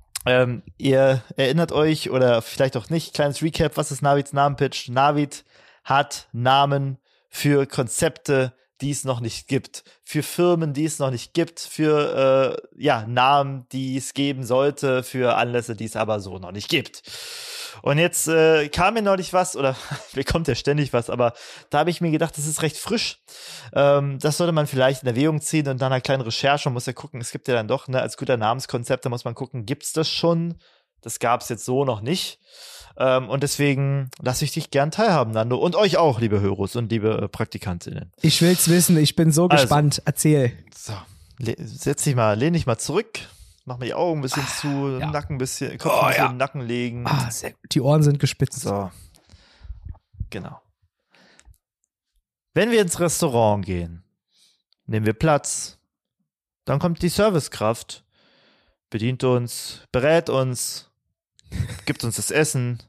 Ihr erinnert euch, oder vielleicht auch nicht, kleines Recap, was ist Navids Namen-Pitch? Navid hat Namen für Konzepte, die es noch nicht gibt, für Firmen, die es noch nicht gibt, für Namen, die es geben sollte, für Anlässe, die es aber so noch nicht gibt. Und jetzt kam mir neulich was, oder mir kommt ja ständig was, aber da habe ich mir gedacht, das ist recht frisch. Das sollte man vielleicht in Erwägung ziehen und dann eine kleine Recherche. Man muss ja gucken, es gibt ja dann doch, ne, als guter Namenskonzept, da muss man gucken, gibt's das schon? Das gab's jetzt so noch nicht. Und deswegen lasse ich dich gern teilhaben, Nando. Und euch auch, liebe Hörers und liebe Praktikantinnen. Ich will's wissen, ich bin so gespannt. Erzähl. So, lehn dich mal zurück. Mach mir die Augen ein bisschen zu, Nacken ein bisschen, Kopf ein bisschen in den Nacken legen. Sehr gut. Die Ohren sind gespitzt. So. Genau. Wenn wir ins Restaurant gehen, nehmen wir Platz. Dann kommt die Servicekraft, bedient uns, berät uns, gibt uns das Essen,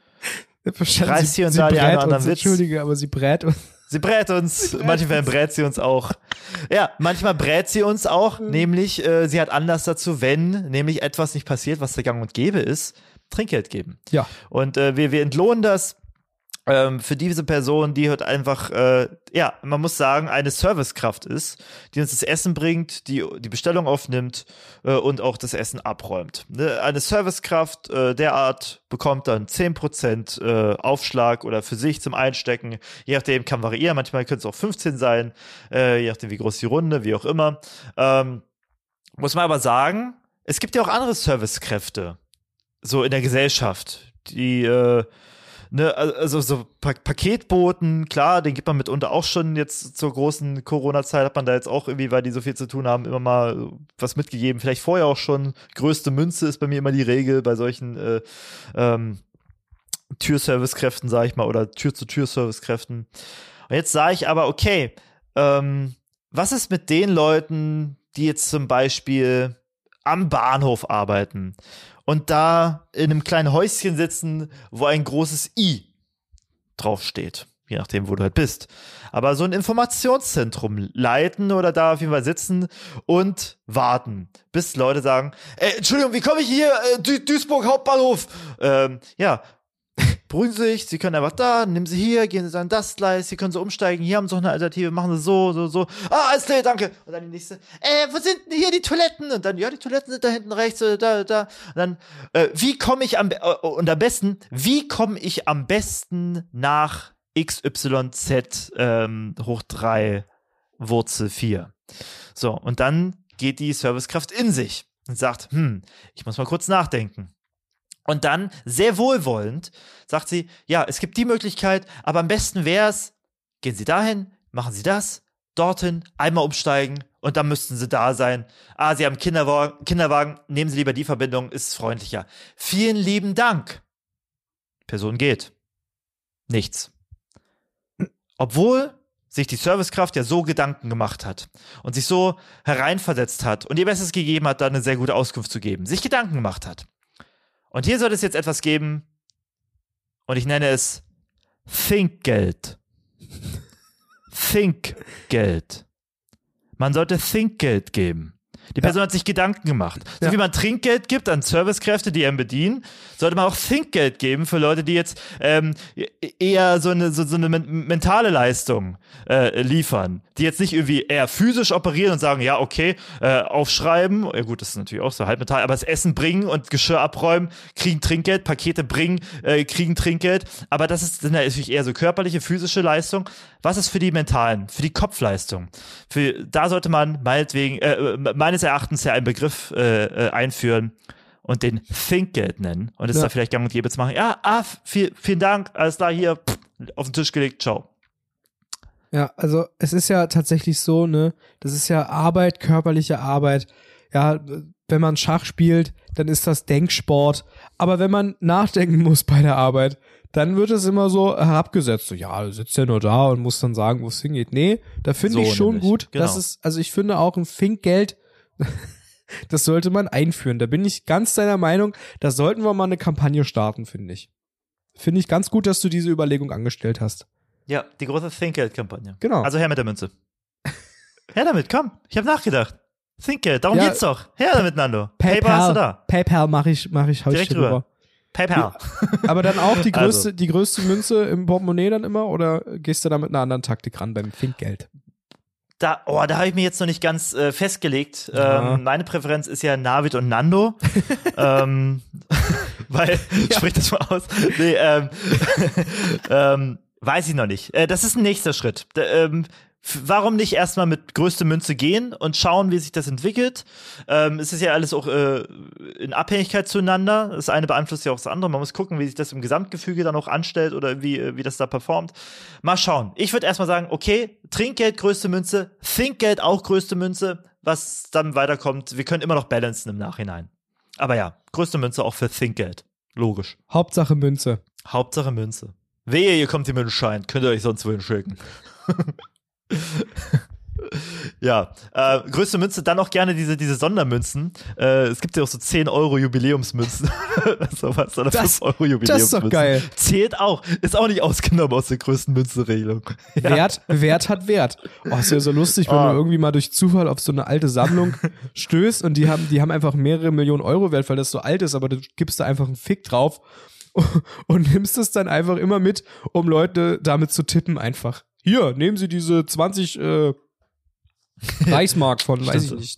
reißt hier und da die einen oder anderen Witz. Entschuldige, aber sie brät uns. Sie brät uns, in manchen Fällen brät sie uns auch. Ja, manchmal brät sie uns auch, nämlich sie hat Anlass dazu, wenn nämlich etwas nicht passiert, was der Gang und Gäbe ist, Trinkgeld geben. Ja. Und wir entlohnen das für diese Person, die halt einfach, man muss sagen, eine Servicekraft ist, die uns das Essen bringt, die Bestellung aufnimmt und auch das Essen abräumt. Ne? Eine Servicekraft derart bekommt dann 10% Aufschlag oder für sich zum Einstecken. Je nachdem, kann variieren. Manchmal können es auch 15 sein, je nachdem, wie groß die Runde, wie auch immer. Muss man aber sagen, es gibt ja auch andere Servicekräfte, so in der Gesellschaft, die also so Paketboten, klar, den gibt man mitunter auch schon jetzt zur großen Corona-Zeit, hat man da jetzt auch irgendwie, weil die so viel zu tun haben, immer mal was mitgegeben. Vielleicht vorher auch schon. Größte Münze ist bei mir immer die Regel bei solchen Türservicekräften, sag ich mal, oder Tür-zu-Tür-Servicekräften. Und jetzt sage ich aber, okay, was ist mit den Leuten, die jetzt zum Beispiel am Bahnhof arbeiten und da in einem kleinen Häuschen sitzen, wo ein großes I draufsteht, je nachdem, wo du halt bist. Aber so ein Informationszentrum leiten oder da auf jeden Fall sitzen und warten, bis Leute sagen, Entschuldigung, wie komme ich hier? Duisburg Hauptbahnhof. Beruhigen Sie sich, Sie können einfach da, nehmen Sie hier, gehen Sie an das Gleis, Sie können so umsteigen, hier haben Sie noch eine Alternative, machen Sie so. Ah, alles klar, danke. Und dann die nächste, wo sind denn hier die Toiletten? Und dann, ja, die Toiletten sind da hinten rechts, da. Und dann, wie komme ich am besten nach XYZ hoch 3 Wurzel 4? So, und dann geht die Servicekraft in sich und sagt, ich muss mal kurz nachdenken. Und dann, sehr wohlwollend, sagt sie, ja, es gibt die Möglichkeit, aber am besten wär's, gehen Sie dahin, machen Sie das, dorthin, einmal umsteigen und dann müssten Sie da sein. Ah, Sie haben Kinderwagen, nehmen Sie lieber die Verbindung, ist freundlicher. Vielen lieben Dank. Person geht. Nichts. Obwohl sich die Servicekraft ja so Gedanken gemacht hat und sich so hereinversetzt hat und ihr Bestes gegeben hat, da eine sehr gute Auskunft zu geben, sich Gedanken gemacht hat. Und hier soll es jetzt etwas geben und ich nenne es Thinkgeld. Thinkgeld. Man sollte Thinkgeld geben. Die Person hat sich Gedanken gemacht. So wie man Trinkgeld gibt an Servicekräfte, die einen bedienen, sollte man auch Thinkgeld geben für Leute, die jetzt eher so eine mentale Leistung liefern. Die jetzt nicht irgendwie eher physisch operieren und sagen, ja, okay, aufschreiben. Ja gut, das ist natürlich auch so Halbmetall, aber das Essen bringen und Geschirr abräumen, kriegen Trinkgeld, Pakete bringen, kriegen Trinkgeld. Aber das sind natürlich eher so körperliche, physische Leistung. Was ist für die mentalen, für die Kopfleistung? Da sollte man meinetwegen, meines Erachtens ja einen Begriff einführen und den Thinkgeld nennen und es da vielleicht gang und gäbe zu machen. Ja, vielen Dank, alles klar, hier auf den Tisch gelegt, ciao. Ja, also es ist ja tatsächlich so, ne, das ist ja Arbeit, körperliche Arbeit. Ja, wenn man Schach spielt, dann ist das Denksport. Aber wenn man nachdenken muss bei der Arbeit, dann wird es immer so herabgesetzt. So, ja, du sitzt ja nur da und musst dann sagen, wo es hingeht. Nee, da finde ich schon gut. Genau. Das ist, also ich finde auch ein Thinkgeld, das sollte man einführen. Da bin ich ganz deiner Meinung, da sollten wir mal eine Kampagne starten, finde ich. Finde ich ganz gut, dass du diese Überlegung angestellt hast. Ja, die große Thinkgeld-Kampagne. Genau. Also her mit der Münze. Her damit, komm. Ich habe nachgedacht. Thinkgeld, darum geht's doch. Her damit, Nando. PayPal hast du da. PayPal mache ich direkt rüber. PayPal. Aber dann auch die größte Münze im Portemonnaie dann immer oder gehst du da mit einer anderen Taktik ran beim Thinkgeld? Da habe ich mir jetzt noch nicht ganz festgelegt. Meine Präferenz ist ja Navid und Nando. Weil, sprich das mal aus. Nee, weiß ich noch nicht. Das ist ein nächster Schritt. Warum nicht erstmal mit größte Münze gehen und schauen, wie sich das entwickelt? Es ist ja alles auch in Abhängigkeit zueinander. Das eine beeinflusst ja auch das andere. Man muss gucken, wie sich das im Gesamtgefüge dann auch anstellt oder wie das da performt. Mal schauen. Ich würde erstmal sagen, okay, Trinkgeld, größte Münze, Thinkgeld, auch größte Münze. Was dann weiterkommt, wir können immer noch balancen im Nachhinein. Aber ja, größte Münze auch für Thinkgeld. Logisch. Hauptsache Münze. Hauptsache Münze. Wehe, ihr kommt hier mit einem Schein. Könnt ihr euch sonst wohin schicken. Ja, größte Münze, dann auch gerne diese Sondermünzen. Es gibt ja auch so 10 € Jubiläumsmünzen. Sowas, oder 5 € Jubiläumsmünzen. Das ist doch geil. Zählt auch. Ist auch nicht ausgenommen aus der größten Münzenregelung. Ja. Wert hat Wert. Oh, ist ja so lustig, wenn du irgendwie mal durch Zufall auf so eine alte Sammlung stößt und die haben einfach mehrere Millionen Euro Wert, weil das so alt ist, aber du gibst da einfach einen Fick drauf und nimmst es dann einfach immer mit, um Leute damit zu tippen einfach. Hier, nehmen Sie diese 20 Reichsmark von, weiß ich nicht,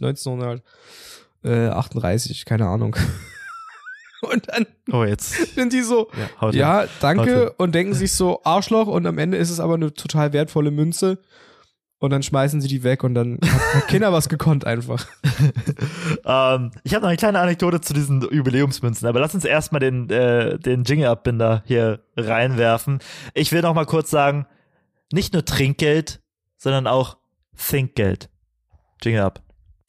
1938, keine Ahnung. Und dann sind die so, ja, danke, und denken sich so, Arschloch, und am Ende ist es aber eine total wertvolle Münze. Und dann schmeißen sie die weg und dann hat Kinder was gekonnt einfach. Ich habe noch eine kleine Anekdote zu diesen Jubiläumsmünzen, aber lass uns erstmal den Jingle-Abbinder hier reinwerfen. Ich will noch mal kurz sagen, nicht nur Trinkgeld, sondern auch Thinkgeld. Jingle ab.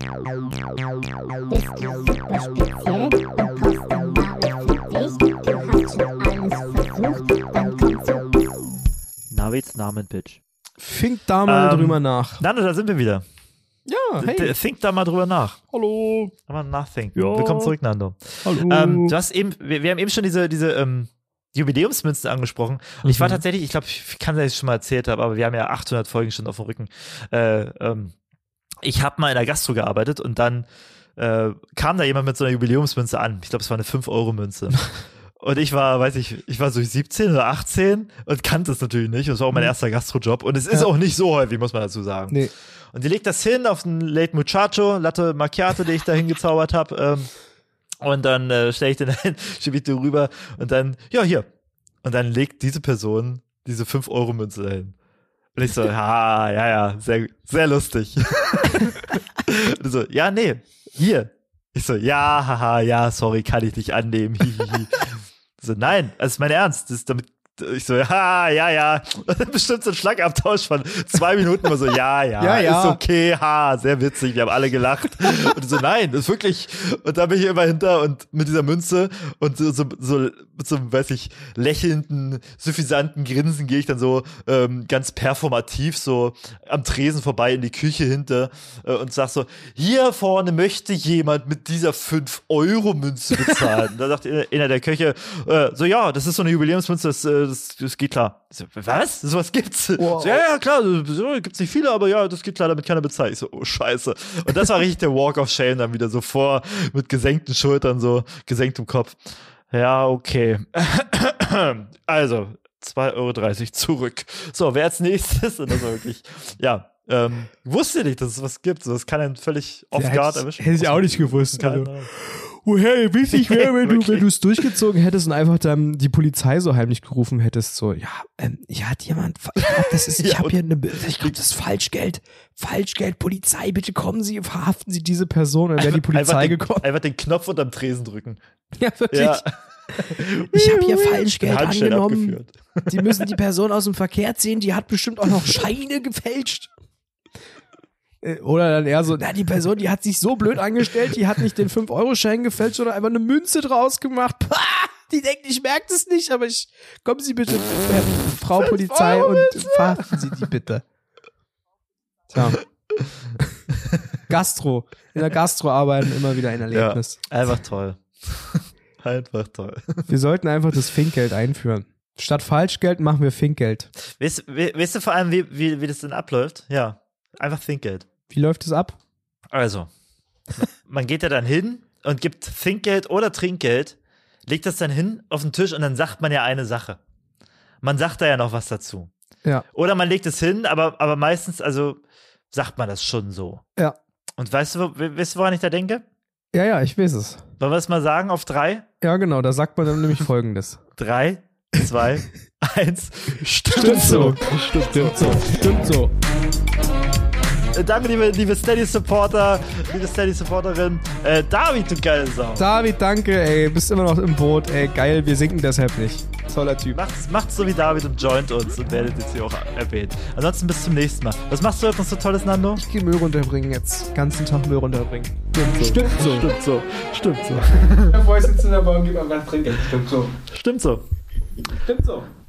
Navids Namen-Pitch. Think da mal drüber nach. Nando, da sind wir wieder. Ja, hey. Think da mal drüber nach. Hallo. Mal nachdenken. Ja. Willkommen zurück, Nando. Hallo. Du hast eben, wir haben eben schon diese Jubiläumsmünzen angesprochen. Und ich war tatsächlich, ich glaube, ich kann das schon mal erzählt haben, aber wir haben ja 800 Folgen schon auf dem Rücken. Ich habe mal in der Gastro gearbeitet und dann kam da jemand mit so einer Jubiläumsmünze an. Ich glaube, es war eine 5-Euro-Münze. Und ich war so 17 oder 18 und kannte es natürlich nicht. Und es war auch mein erster Gastrojob. Und es ist auch nicht so häufig, muss man dazu sagen. Nee. Und die legt das hin auf einen Late Muchacho, Latte Macchiato, den ich da hingezaubert habe. Und dann stelle ich den hin, schiebe ich den rüber und dann, ja, hier. Und dann legt diese Person diese 5-Euro-Münze dahin. Und ich so, ja, sehr, sehr lustig. Und so, ja, nee, hier. Ich so, ja, sorry, kann ich nicht annehmen. So, nein, das ist mein Ernst. Damit ich so, ja. Und dann bestimmt so ein Schlagabtausch von 2 Minuten immer so, ja, ist okay, sehr witzig, wir haben alle gelacht. Und ich so, nein, das ist wirklich, und da bin ich immer hinter und mit dieser Münze und so mit so einem, weiß ich, lächelnden, suffisanten Grinsen gehe ich dann so ganz performativ so am Tresen vorbei in die Küche hinter und sag so, hier vorne möchte jemand mit dieser 5-Euro-Münze bezahlen. Da sagt einer der Köche, so, ja, das ist so eine Jubiläumsmünze, das geht klar. So, was? Sowas gibt's? Wow. So, ja, klar, gibt's nicht viele, aber ja, das geht klar, damit keiner bezahlt. Ich so, oh, scheiße. Und das war richtig der Walk of Shame dann wieder so vor, mit gesenkten Schultern, so gesenktem Kopf. Ja, okay. Also, 2,30 € zurück. So, wer als nächstes? Und das war wirklich, ja, wusste nicht, dass es was gibt. So, das kann einen völlig off-guard erwischen. Hätte ich auch nicht gewusst. Keine Also. Ahnung. Woher weiß ich wäre, wenn du es durchgezogen hättest und einfach dann die Polizei so heimlich gerufen hättest, so, hier hat jemand, ich glaube, das ist, ich habe hier ich glaube, das ist Falschgeld, Polizei, bitte kommen Sie, verhaften Sie diese Person, und dann wäre die Polizei gekommen. Einfach den Knopf unterm Tresen drücken. Ja, wirklich. Ja. Ich habe hier Falschgeld Handschellen angenommen. abgeführt. Sie müssen die Person aus dem Verkehr ziehen, die hat bestimmt auch noch Scheine gefälscht. Oder dann eher so, die Person, die hat sich so blöd angestellt, die hat nicht den 5-Euro-Schein gefälscht, sondern einfach eine Münze draus gemacht. Pah, die denkt, ich merke es nicht, aber kommen Sie bitte, Frau Polizei, und verhaften Sie die bitte. Tja. In der Gastro arbeiten, immer wieder ein Erlebnis. Ja, einfach toll. Einfach toll. Wir sollten einfach das Finkgeld einführen. Statt Falschgeld machen wir Finkgeld. Weißt du vor allem, wie das denn abläuft? Ja, einfach Thinkgeld. Wie läuft es ab? Also, man geht ja dann hin und gibt Thinkgeld oder Trinkgeld, legt das dann hin auf den Tisch und dann sagt man ja eine Sache. Man sagt da ja noch was dazu. Ja. Oder man legt es hin, aber meistens, also sagt man das schon so. Ja. Und weißt du, woran ich da denke? Ja, ich weiß es. Wollen wir es mal sagen auf 3? Ja, genau, da sagt man dann nämlich Folgendes. 3, 2, 1. Stimmt so. Stimmt so. Danke, liebe Steady-Supporter, liebe Steady-Supporterin. David, du geile Sau. David, danke, ey, bist immer noch im Boot, ey, geil, wir sinken deshalb nicht. Toller Typ. Macht's so wie David und joint uns und werdet jetzt hier auch erwähnt. Ansonsten bis zum nächsten Mal. Was machst du heute noch so Tolles, Nando? Ich gehe Müll runterbringen jetzt. Ganzen Tag Müll runterbringen. Stimmt so. Stimmt so. Der Boy sitzt in der Bar und gibt einfach Trinkgeld. Stimmt so. Stimmt so.